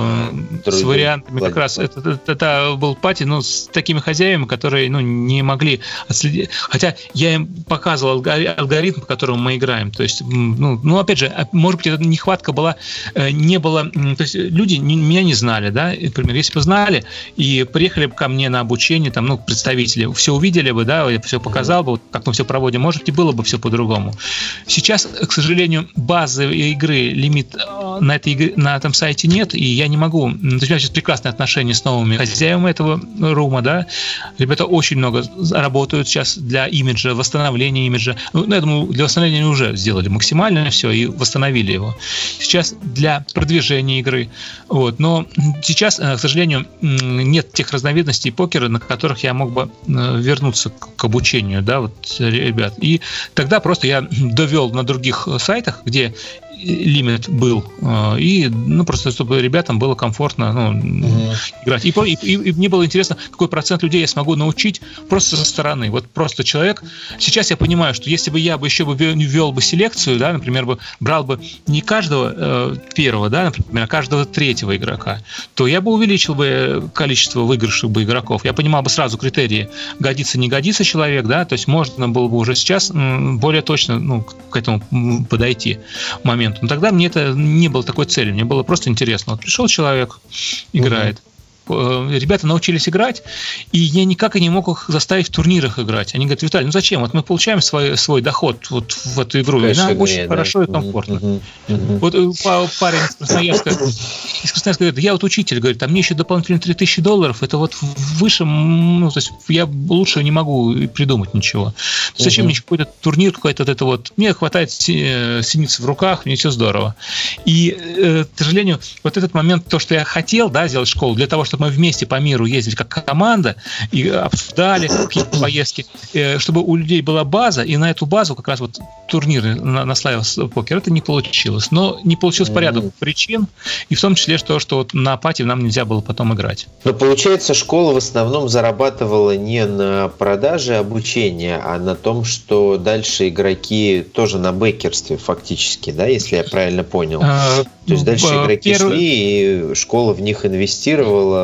с вариантами, как раз, это, это, это был пати, ну, с такими хозяевами, которые, ну, не могли отследить, хотя я им показывал алгоритм, по которому мы играем, то есть, ну, ну опять же, может быть, эта нехватка была, не было, то есть, люди не, меня не знали, да, например, если бы знали и приехали бы ко мне на обучение, там, ну, представители, все увидели бы, да, я все показал бы, как мы все проводим, может быть, было бы все по-другому. Сейчас, к сожалению, базы игры, лимит на, этой игре, на этом сайте нет, и я не могу... То есть у меня сейчас прекрасные отношения с новыми хозяевами этого рума, да. Ребята очень много работают сейчас для имиджа, восстановления имиджа. Ну, я думаю, для восстановления уже сделали максимально все и восстановили его. Сейчас для продвижения игры. Вот. Но сейчас, к сожалению, нет тех разновидностей покера, на которых я мог бы вернуться к обучению, да, вот, ребят. И тогда просто я довел на других сайтах, где лимит был, и, ну, просто чтобы ребятам было комфортно, ну, uh-huh. играть. И, и, и мне было интересно, какой процент людей я смогу научить просто со стороны. Вот просто человек... Сейчас я понимаю, что если бы я бы еще бы вел бы селекцию, да, например, бы брал бы не каждого э, первого, да, например, а каждого третьего игрока, то я бы увеличил бы количество выигравших бы игроков. Я понимал бы сразу критерии, годится, не годится человек, да, то есть можно было бы уже сейчас м, более точно, ну, к этому подойти момент. Но тогда мне это не было такой цели, мне было просто интересно. Вот пришел человек, играет. Uh-huh. Ребята научились играть, и я никак и не мог их заставить в турнирах играть. Они говорят: Виталий, ну зачем? Вот мы получаем свой, свой доход вот в эту игру, и нам очень да? хорошо и комфортно. Uh-huh. Uh-huh. Вот парень из Красноярска, из Красноярска говорит: я вот учитель, говорит, а мне еще дополнительно три тысячи долларов, это вот выше, ну, то есть я лучше не могу придумать ничего. Зачем uh-huh. мне какой-то турнир, какой-то вот это вот, мне хватает синиц в руках, мне все здорово. И, к сожалению, вот этот момент, то, что я хотел, да, сделать школу, для того, чтобы мы вместе по миру ездили как команда и обсуждали какие-то поездки, чтобы у людей была база, и на эту базу как раз вот турниры наслаивался покер, это не получилось. Но не получилось по ряду причин, и в том числе то, что вот на пати нам нельзя было потом играть. Но получается, школа в основном зарабатывала не на продаже обучения, а на том, что дальше игроки тоже на бэкерстве фактически, да, если я правильно понял. А, То есть дальше игроки первый... шли, и школа в них инвестировала,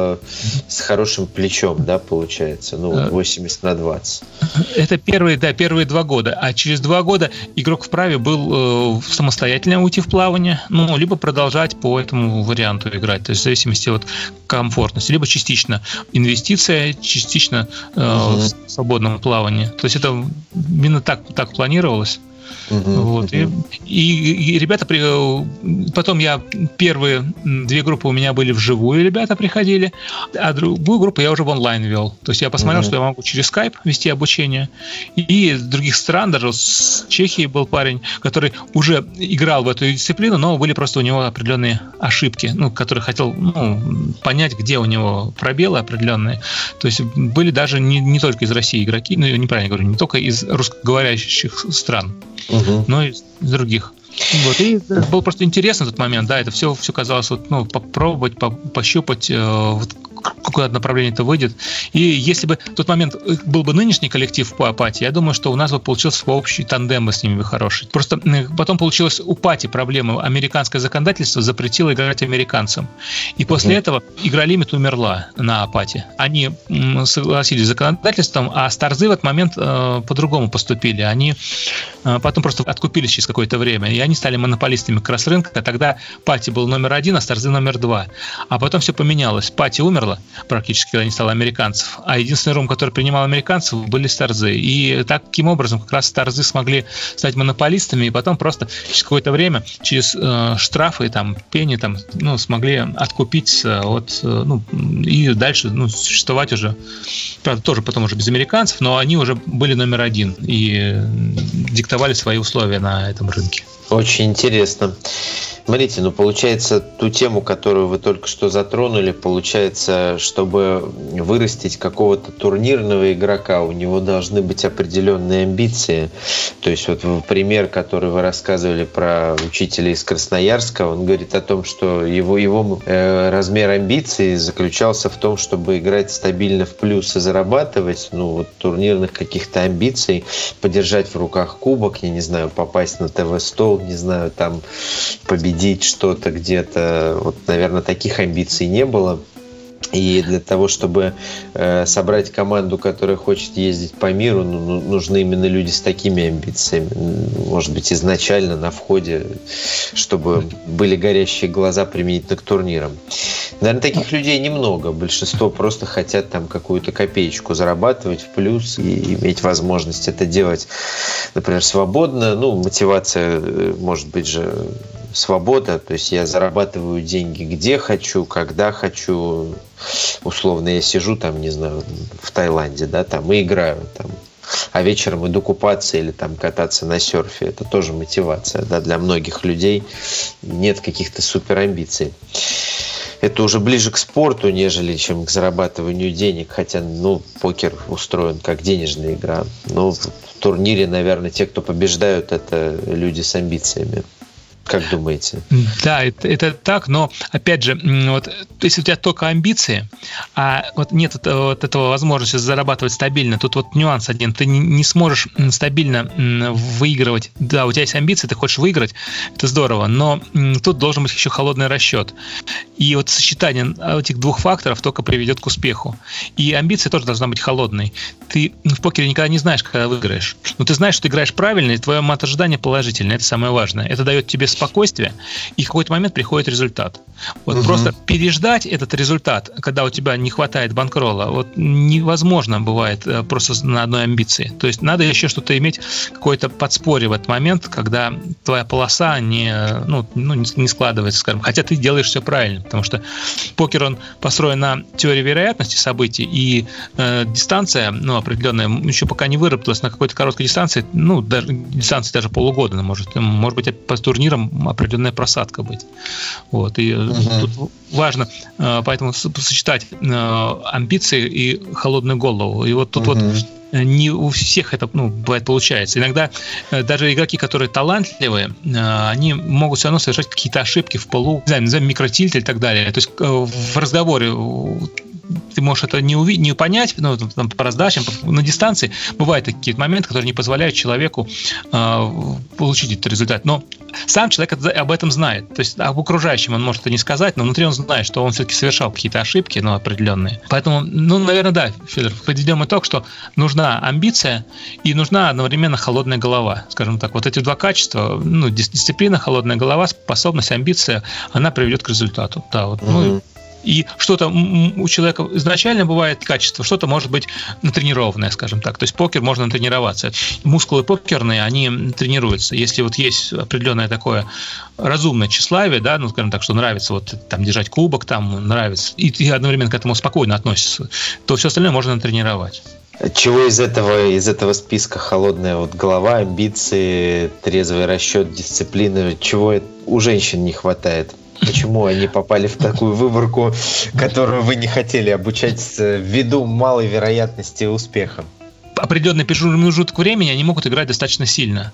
э, с хорошим плечом, да, получается, ну, восемьдесят на двадцать. Это первые, да, первые два года, а через два года игрок вправе был э, самостоятельно уйти в плавание, ну, либо продолжать по этому варианту играть, то есть в зависимости от комфортности, либо частично инвестиция, частично э, угу. свободное плавание. То есть это именно так, так планировалось. Uh-huh, вот. uh-huh. И, и, и ребята при... потом я первые две группы у меня были вживую, ребята приходили, а другую группу я уже в онлайн вел. То есть я посмотрел, uh-huh. что я могу через Skype вести обучение. И из других стран, даже с Чехии был парень, который уже играл в эту дисциплину, но были просто у него определенные ошибки, ну, который хотел ну, понять, где у него пробелы определенные. То есть были даже не, не только из России игроки, ну, неправильно говорю, не только из русскоговорящих стран. Uh-huh. но и из других. Вот. И было просто интересно в тот момент, да, это все, все казалось, вот, ну, попробовать, по, пощупать, э, вот, какое направление это выйдет. И если бы в тот момент был бы нынешний коллектив по Апате, я думаю, что у нас бы получился общий тандем с ними хороший. Просто потом получилось у Пати проблема. Американское законодательство запретило играть американцам. И после mm-hmm. этого Игролимит умерла на Апате. Они согласились с законодательством, а Старзы в этот момент э, по-другому поступили. Они э, потом просто откупились через какое-то время, и они стали монополистами кросс-рынка. Тогда Пати был номер один, а Старзы номер два. А потом все поменялось. Пати умерла практически, когда не стало американцев. А единственный рум, который принимал американцев, были Старзы. И таким образом как раз Старзы смогли стать монополистами, и потом просто через какое-то время, через э, штрафы, там, пени, там, ну, смогли откупиться от, э, ну, и дальше ну, существовать уже, правда, тоже потом уже без американцев, но они уже были номер один и диктовали свои условия на этом рынке. Очень интересно. Смотрите, ну получается, ту тему, которую вы только что затронули, получается, чтобы вырастить какого-то турнирного игрока, у него должны быть определенные амбиции. То есть вот пример, который вы рассказывали про учителя из Красноярска, он говорит о том, что его, его э, размер амбиций заключался в том, чтобы играть стабильно в плюс и зарабатывать, ну вот турнирных каких-то амбиций, подержать в руках кубок, я не знаю, попасть на ТВ-стол, не знаю, там победить что-то где-то. Вот, наверное, таких амбиций не было. И для того, чтобы э, собрать команду, которая хочет ездить по миру, ну, нужны именно люди с такими амбициями. Может быть, изначально на входе, чтобы были горящие глаза применительно к турнирам. Наверное, таких людей немного. Большинство просто хотят там какую-то копеечку зарабатывать в плюс и иметь возможность это делать, например, свободно. Ну, мотивация, может быть же, свобода, то есть я зарабатываю деньги где хочу, когда хочу. Условно я сижу там, не знаю, в Таиланде, да, там и играю там. А вечером иду купаться или там кататься на серфе. Это тоже мотивация, да, для многих людей нет каких-то суперамбиций. Это уже ближе к спорту, нежели чем к зарабатыванию денег. Хотя, ну, покер устроен как денежная игра. Но в турнире, наверное, те, кто побеждают, это люди с амбициями. Как думаете? Да, это, это так, но опять же, вот, если у тебя только амбиции, а вот нет вот этого возможности зарабатывать стабильно, тут вот нюанс один, ты не, не сможешь стабильно выигрывать. Да, у тебя есть амбиции, ты хочешь выиграть, это здорово, но тут должен быть еще холодный расчет. И вот сочетание этих двух факторов только приведет к успеху. И амбиция тоже должна быть холодной. Ты в покере никогда не знаешь, когда выиграешь. Но ты знаешь, что ты играешь правильно, и твое мат-ожидание положительное. Это самое важное. Это дает тебе спокойствие, и в какой-то момент приходит результат. Вот угу. Просто переждать этот результат, когда у тебя не хватает банкролла, вот невозможно бывает просто на одной амбиции. То есть надо еще что-то иметь, какое-то подспорье в этот момент, когда твоя полоса не, ну, ну, не складывается, скажем. Хотя ты делаешь все правильно, потому что покер, он построен на теории вероятности событий, и э, дистанция, ну, определенная, еще пока не выработалась на какой-то короткой дистанции, ну, даже дистанции даже полугода, может, может быть, по турнирам определенная просадка быть. Вот. И uh-huh. тут важно э, поэтому сочетать э, амбиции и холодную голову. И вот тут uh-huh. вот не у всех это, ну, бывает, получается. Иногда э, даже игроки, которые талантливые, э, они могут все равно совершать какие-то ошибки в полу, не знаю, назовем микротильт и так далее. То есть э, в разговоре ты можешь это не увидеть, не понять, ну, там, по раздачам, на дистанции бывают такие моменты, которые не позволяют человеку э, получить этот результат. Но сам человек об этом знает. То есть об окружающем он может это не сказать, но внутри он знает, что он все-таки совершал какие-то ошибки, но определенные. Поэтому, ну, наверное, да, Федор, подведем итог, что нужна амбиция и нужна одновременно холодная голова. Скажем так, вот эти два качества, ну, дисциплина, холодная голова, способность, амбиция, она приведет к результату. Да, вот, ну, и что-то у человека изначально бывает качество, что-то может быть натренированное, скажем так. То есть покер можно натренироваться. Мускулы покерные, они тренируются. Если вот есть определенное такое разумное тщеславие, да, ну, скажем так, что нравится вот там держать кубок, там нравится, и ты одновременно к этому спокойно относишься, то все остальное можно натренировать. Чего из этого, из этого списка холодная вот голова, амбиции, трезвый расчет, дисциплина, чего у женщин не хватает? Почему они попали в такую выборку, которую вы не хотели обучать ввиду малой вероятности успеха? Определенный промежуток времени они могут играть достаточно сильно.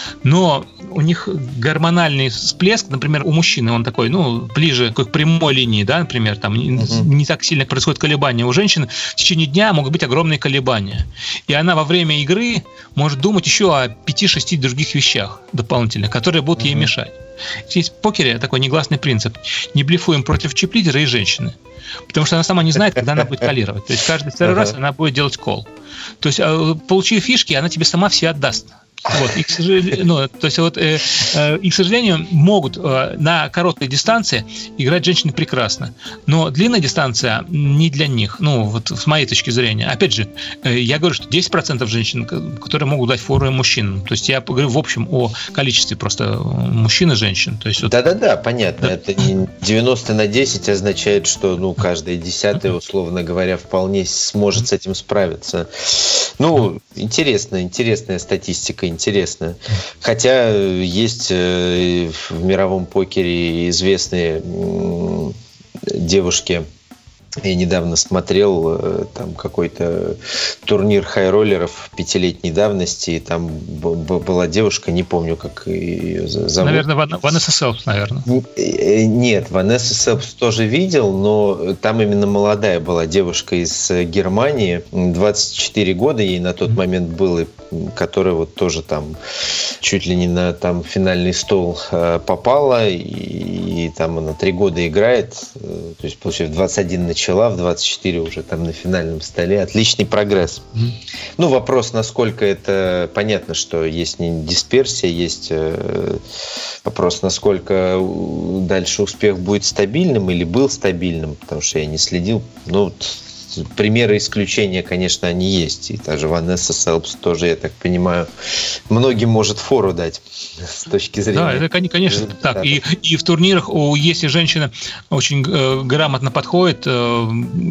Но у них гормональный всплеск, например, у мужчины он такой, ну, ближе к прямой линии, да, например, там uh-huh. не так сильно происходит колебания. У женщин в течение дня могут быть огромные колебания. И она во время игры может думать еще о пяти-шести других вещах дополнительных, которые будут uh-huh. ей мешать. Здесь в покере такой негласный принцип. Не блефуем против чип-лидера и женщины. Потому что она сама не знает, когда она будет коллировать. То есть каждый второй раз она будет делать кол. То есть, получив фишки, она тебе сама все отдаст. Вот, и, к сожалению, ну, то есть, вот, э, э, и, к сожалению, могут э, на короткой дистанции играть женщины прекрасно, но длинная дистанция не для них, ну, вот с моей точки зрения. Опять же, э, я говорю, что десять процентов женщин, которые могут дать фору мужчинам, то есть я говорю в общем о количестве просто мужчин и женщин. То есть, вот, да-да-да, понятно, да. Это не девяносто на десять означает, что, ну, каждая десятая, условно говоря, вполне сможет с этим справиться. Ну, интересная, интересная статистика, интересная. Хотя есть в мировом покере известные девушки. Я недавно смотрел там какой-то турнир хайроллеров пятилетней давности, и там была девушка, не помню, как ее зовут. Наверное, Ванесса Селпс, наверное. Нет, Ванесса Селпс тоже видел, но там именно молодая была девушка из Германии, двадцать четыре года ей на тот момент было, которая вот тоже там чуть ли не на там финальный стол попала, и, и там она три года играет, то есть, получается, в двадцать один начала, в двадцать четыре уже там на финальном столе. Отличный прогресс. Mm-hmm. Ну, вопрос, насколько это... Понятно, что есть не дисперсия, есть э, вопрос, насколько дальше успех будет стабильным или был стабильным, потому что я не следил. Ну, примеры исключения, конечно, они есть. И та же Ванесса Селпс тоже, я так понимаю, многим может фору дать с точки зрения... Да, это, конечно, так. И, и в турнирах, если женщина очень э, грамотно подходит э,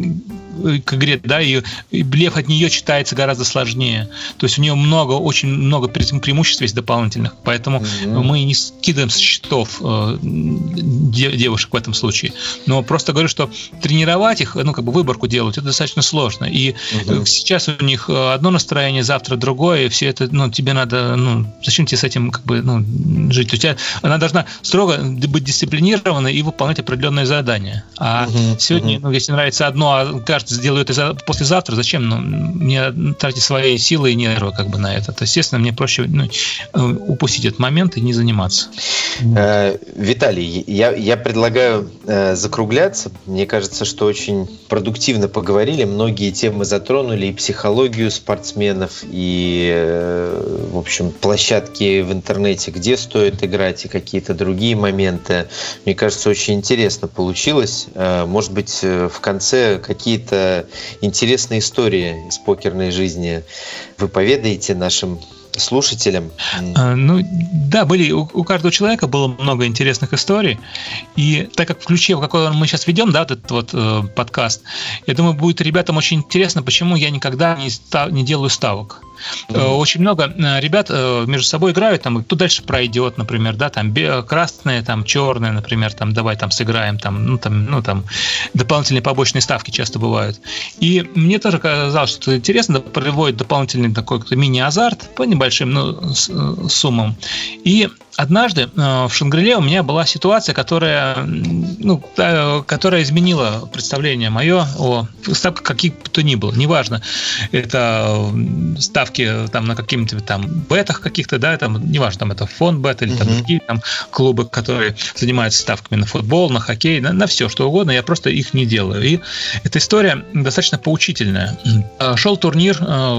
к игре, да, и, и блеф от нее читается гораздо сложнее. То есть у нее много, очень много преимуществ есть дополнительных. Поэтому mm-hmm. мы не скидываем с счетов э, девушек в этом случае. Но просто говорю, что тренировать их, ну, как бы выборку делать, это достаточно сложно. И угу. сейчас у них одно настроение, завтра другое, и все это, ну, тебе надо, ну, зачем тебе с этим, как бы, ну, жить? У тебя, она должна строго быть дисциплинированной и выполнять определенные задания. А угу. сегодня, угу. ну, если нравится одно, а каждый сделает это послезавтра, зачем, ну, мне тратить свои силы и нервы, как бы, на это? То, естественно, мне проще, ну, упустить этот момент и не заниматься. Э, Виталий, я, я предлагаю э, закругляться. Мне кажется, что очень продуктивно поговорили. Многие темы затронули, и психологию спортсменов, и, в общем, площадки в интернете, где стоит играть, и какие-то другие моменты. Мне кажется, очень интересно получилось. Может быть, в конце какие-то интересные истории из покерной жизни вы поведаете нашим слушателям? А, ну, да, были, у, у каждого человека было много интересных историй, и так как в ключе, в какой мы сейчас ведем, да, этот вот э, подкаст, я думаю, будет ребятам очень интересно, почему я никогда не, став, не делаю ставок. Mm-hmm. Очень много ребят между собой играют, там, кто дальше пройдет, например, да, там, красные, там, черные, например, там, давай там сыграем, там, ну, там, ну, там, дополнительные побочные ставки часто бывают. И мне тоже казалось, что это интересно, приводит дополнительный такой мини-азарт по небольшим, ну, суммам. И однажды в Шангриле у меня была ситуация, которая, ну, которая изменила представление мое о ставках каких бы то ни было. Неважно, это ставки там, на каких-то там бетах каких-то, да, там, неважно, там это фонд бет или там uh-huh. другие там, клубы, которые занимаются ставками на футбол, на хоккей, на, на все, что угодно, я просто их не делаю. И эта история достаточно поучительная. Шел турнир,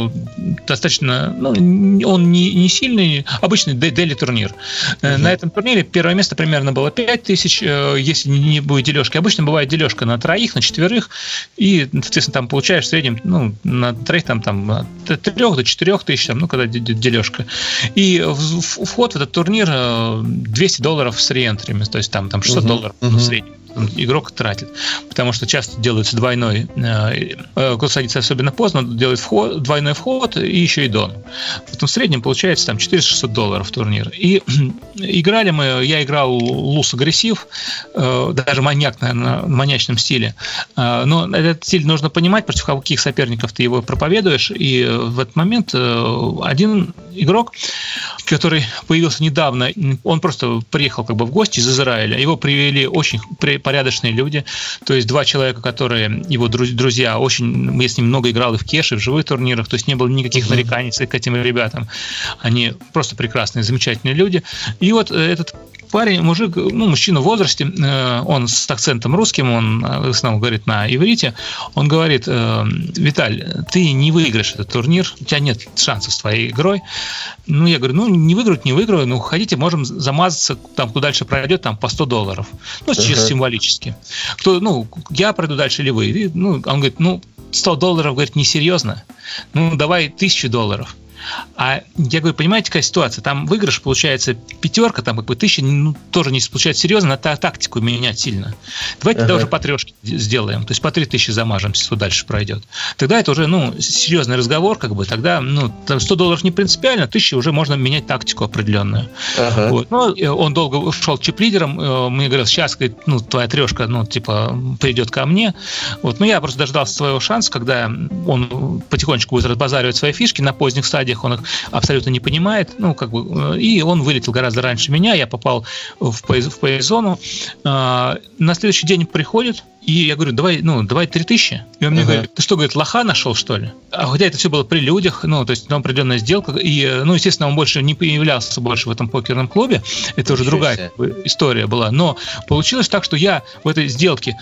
достаточно, ну, он не, не сильный, обычный дейли турнир. Uh-huh. На этом турнире первое место примерно было пять тысяч, если не будет дележки. Обычно бывает дележка на троих, на четверых, и, соответственно, там получаешь в среднем, ну, на троих там, там от трех до четырех тысяч, там, ну, когда дележка. И вход в этот турнир двести долларов с реентрами, то есть там, там шестьсот uh-huh. долларов uh-huh. в среднем игрок тратит, потому что часто делается двойной, кто садится особенно поздно, делает вход, двойной вход и еще и дон. Потом в среднем получается там четыреста-шестьсот долларов турнир. И играли мы, я играл лус агрессив, даже маньяк, наверное, в маньячном стиле. Но этот стиль нужно понимать, против каких соперников ты его проповедуешь. И в этот момент один игрок, который появился недавно, он просто приехал как бы в гости из Израиля, его привели очень порядочные люди, то есть два человека, которые его друзья, очень, я с ним много играл и в кеш, и в живых турнирах, то есть не было никаких uh-huh. нареканий к этим ребятам, они просто прекрасные, замечательные люди. И вот этот парень, мужик, ну, мужчина в возрасте, он с акцентом русским, он в основном говорит на иврите, он говорит: Виталь, ты не выиграешь этот турнир, у тебя нет шансов с твоей игрой. Ну, я говорю, ну, не выиграю, не выиграю, ну, хотите, можем замазаться, там, кто дальше пройдет, там, по сто долларов. Ну, чисто uh-huh. символически. Кто, ну, я пройду дальше или вы? И, ну, он говорит, ну, сто долларов, говорит, несерьезно. Ну, давай тысячу долларов. А я говорю, понимаете, какая ситуация? Там выигрыш получается пятерка, там как бы тысяча, ну, тоже не получается серьезно, надо тактику менять сильно. Давайте ага. тогда уже по трешке сделаем, то есть по три тысячи замажемся, кто дальше пройдет. Тогда это уже, ну, серьезный разговор, как бы, тогда, ну, сто долларов не принципиально, тысяча уже можно менять тактику определенную. Ага. Вот. Ну, он долго шел чип-лидером, мне говорил, сейчас, говорит, ну, твоя трешка, ну, типа, придет ко мне. Вот. Ну, я просто дождался своего шанса, когда он потихонечку будет разбазаривать свои фишки на поздних стадиях, он их абсолютно не понимает, ну, как бы, и он вылетел гораздо раньше меня, я попал в пэй-зону. На следующий день приходит, и я говорю, давай, ну, давай три тысячи. И он мне uh-huh. говорит, ты что, говорит, лоха нашел, что ли? А хотя это все было при людях, ну, то есть, ну, определенная сделка, и, ну, естественно, он больше не появлялся больше в этом покерном клубе, это уже другая как бы, история была, но получилось так, что я в этой сделке,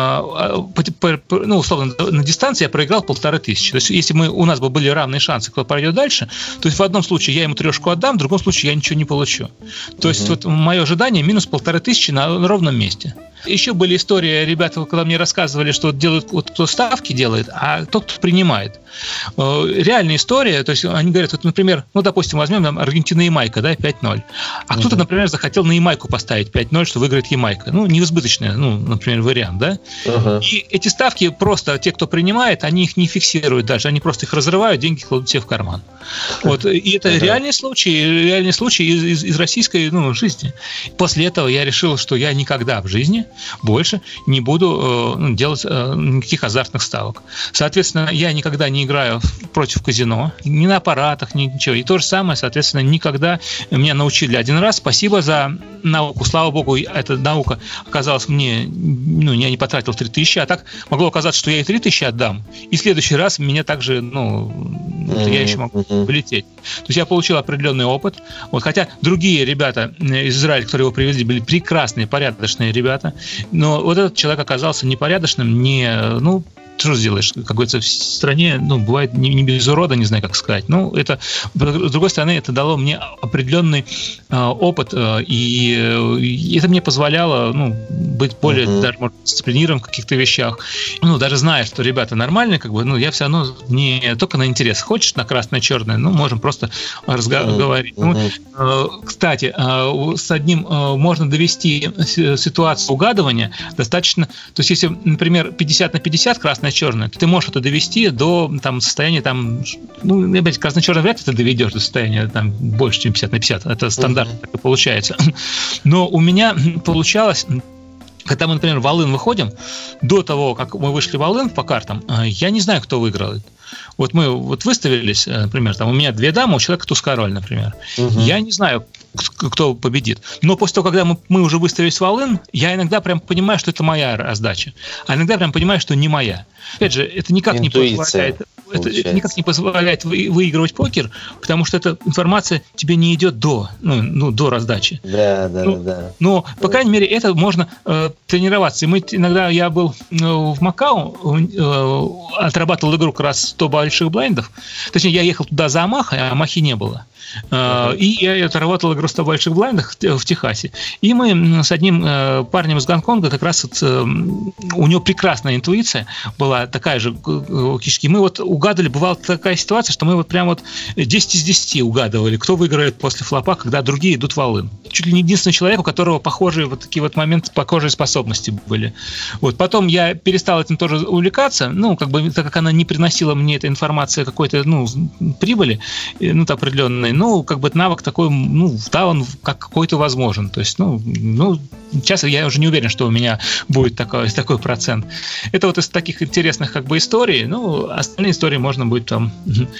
э, ну, условно, на дистанции я проиграл полторы тысячи. То есть, если мы, у нас бы были равные шансы, кто пройдет дальше, то есть, в одном случае я ему трешку отдам, в другом случае я ничего не получу. То uh-huh. есть, вот мое ожидание минус полторы тысячи на ровном месте. Еще были истории, ребята, когда мне рассказывали, что делают, вот кто ставки делает, а тот, кто принимает. Реальная история, то есть они говорят, вот, например, ну, допустим, возьмем там Аргентина и Ямайка, да, пять ноль. А uh-huh. кто-то, например, захотел на Ямайку поставить пять ноль, что выиграет Ямайка. Ну, неизбыточный, ну, например, вариант, да. Uh-huh. И эти ставки просто, те, кто принимает, они их не фиксируют даже, они просто их разрывают, деньги кладут себе в карман. Вот. И это uh-huh. реальные случаи, реальные случаи из, из, из российской, ну, жизни. После этого я решил, что я никогда в жизни больше не буду э, делать э, никаких азартных ставок. Соответственно, я никогда не играю против казино, ни на аппаратах, ни ничего. И то же самое, соответственно, никогда меня научили один раз. Спасибо за науку. Слава богу, эта наука оказалась мне, ну, я не потратил три тысячи, а так могло оказаться, что я и три тысячи отдам. И в следующий раз меня также, ну, mm-hmm. я еще могу вылететь. То есть я получил определенный опыт. Вот, хотя другие ребята из Израиля, которые его привезли, были прекрасные, порядочные ребята. Но вот этот человек оказался непорядочным, не, ну, что сделаешь, как говорится, в стране, ну, бывает не, не без урода, не знаю, как сказать. Ну, это, с другой стороны, это дало мне определенный э, опыт, э, и, и это мне позволяло, ну, быть более, uh-huh. даже, может, дисциплинированным в каких-то вещах. Ну, даже зная, что ребята нормальные, как бы, ну, я все равно не только на интерес. Хочешь на красное-черное, ну, можем просто разговаривать. Uh-huh. Ну, э, кстати, э, с одним э, можно довести ситуацию угадывания достаточно, то есть, если, например, пятьдесят на пятьдесят красное черное, ты можешь это довести до там, состояния, там, ну, опять, красно-черное вряд ли ты доведешь до состояния там, больше, чем пятьдесят на пятьдесят. Это стандартно uh-huh. так и получается. Но у меня получалось, когда мы, например, в Волын выходим, до того, как мы вышли в Волын по картам, я не знаю, кто выиграл. Вот мы вот выставились, например, там у меня две дамы, у человека туз-король, например. Uh-huh. Я не знаю, кто победит. Но после того, когда мы, мы уже выставились в волын, я иногда прям понимаю, что это моя раздача, а иногда прям понимаю, что не моя. Опять же, это никак Интуиция, не позволяет, это никак не позволяет вы, выигрывать покер, потому что эта информация тебе не идет до, ну, ну, до раздачи. Да, да, ну, да. Но, по крайней мере, это можно э, тренироваться. И мы иногда, я был э, в Макао, э, отрабатывал игру как раз сто больших блайндов. Точнее, я ехал туда за Амахой, а Амахи не было. Uh-huh. И я отработал игру сто больших блайндах в Техасе. И мы с одним э, парнем из Гонконга, как раз вот, э, у него прекрасная интуиция была такая же э, кишки. Мы вот угадывали, бывала такая ситуация, что мы вот прям вот десять из десяти угадывали, кто выиграет после флопа, когда другие идут в волын. Чуть ли не единственный человек, у которого похожие вот такие вот моменты, похожие способности были. Вот. Потом я перестал этим тоже увлекаться, ну, как бы, так как она не приносила мне эта информация какой-то, ну, прибыли, ну, определенной. Ну, как бы навык такой, ну, да, он как какой-то возможен. То есть, ну, ну, сейчас я уже не уверен, что у меня будет такой, такой процент. Это вот из таких интересных как бы историй. Ну, остальные истории можно будет там,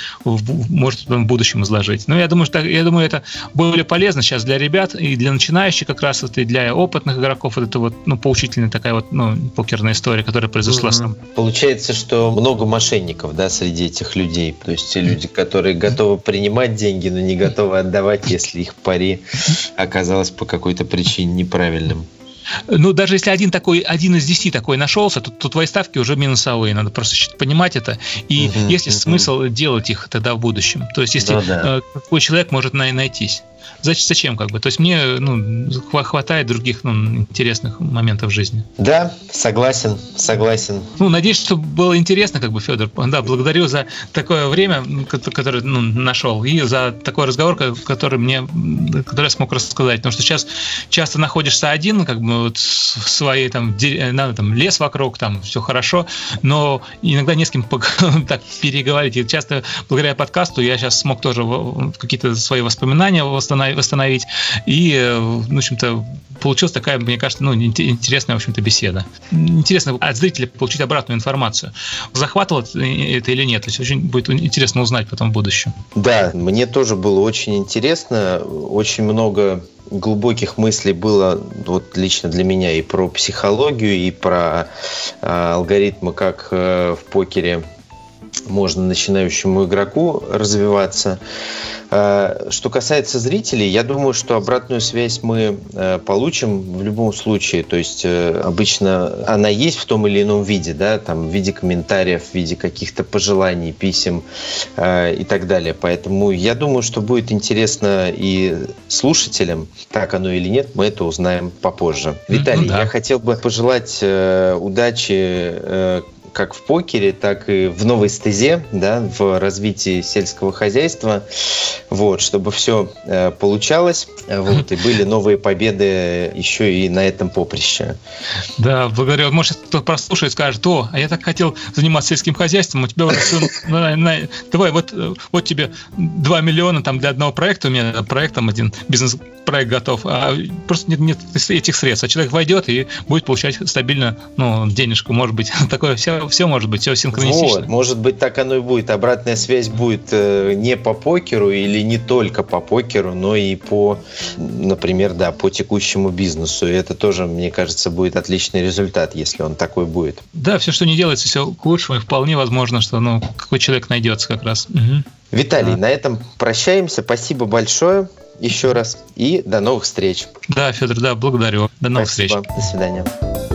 может, в будущем изложить. Но я думаю, что я думаю, это более полезно сейчас для ребят и для начинающих как раз вот и для опытных игроков. Вот это вот, ну, поучительная такая вот, ну, покерная история, которая произошла с нами. Получается, что много мошенников, да, среди этих людей. То есть те люди, которые готовы принимать деньги, но не готовы отдавать, если их пари оказалось по какой-то причине неправильным. Ну, даже если один такой, один из десяти такой нашелся, то, то твои ставки уже минусовые. Надо просто понимать это. И uh-huh, есть ли uh-huh. смысл делать их тогда в будущем? То есть, если ну, да. э, такой человек может на- найтись. Зачем, как бы? То есть мне, ну, хватает других, ну, интересных моментов в жизни. Да, согласен, согласен. Ну, надеюсь, что было интересно, как бы, Федор. Да, благодарю за такое время, которое, ну, нашел, и за такой разговор, который мне, который я смог рассказать. Потому что сейчас часто находишься один, как бы, вот, в своей там, надо, там лес вокруг, там все хорошо, но иногда не с кем так переговорить. И часто благодаря подкасту я сейчас смог тоже какие-то свои воспоминания восстановить, восстановить. И, в общем-то, получилась такая, мне кажется, ну, интересная, в общем-то, беседа. Интересно от зрителя получить обратную информацию. Захватывало это или нет? То есть очень будет интересно узнать потом в будущем. Да, мне тоже было очень интересно. Очень много глубоких мыслей было вот лично для меня и про психологию, и про э, алгоритмы, как э, в покере можно начинающему игроку развиваться. Что касается зрителей, я думаю, что обратную связь мы получим в любом случае. То есть обычно она есть в том или ином виде, да, там, в виде комментариев, в виде каких-то пожеланий, писем и так далее. Поэтому я думаю, что будет интересно и слушателям, так оно или нет, мы это узнаем попозже. Виталий, ну, да. я хотел бы пожелать удачи как в покере, так и в новой стезе, да, в развитии сельского хозяйства, вот, чтобы все э, получалось, вот, и были новые победы еще и на этом поприще. Да, благодарю. Может, кто прослушает, скажет: о, а я так хотел заниматься сельским хозяйством, у тебя вот все, давай, вот, вот тебе два миллиона там для одного проекта, у меня проект там один, бизнес-проект готов, а просто нет, нет этих средств, а человек войдет и будет получать стабильно, ну, денежку, может быть, такое все. Все может быть, все синхронистично. Вот, может быть, так оно и будет. Обратная связь будет э, не по покеру или не только по покеру, но и по, например, да, по текущему бизнесу. И это тоже, мне кажется, будет отличный результат, если он такой будет. Да, все, что не делается, все к лучшему, и вполне возможно, что, ну, какой человек найдется как раз. Угу. Виталий, да. На этом прощаемся. Спасибо большое еще раз и до новых встреч. Да, Федор, да, благодарю. До новых Спасибо. встреч. До свидания.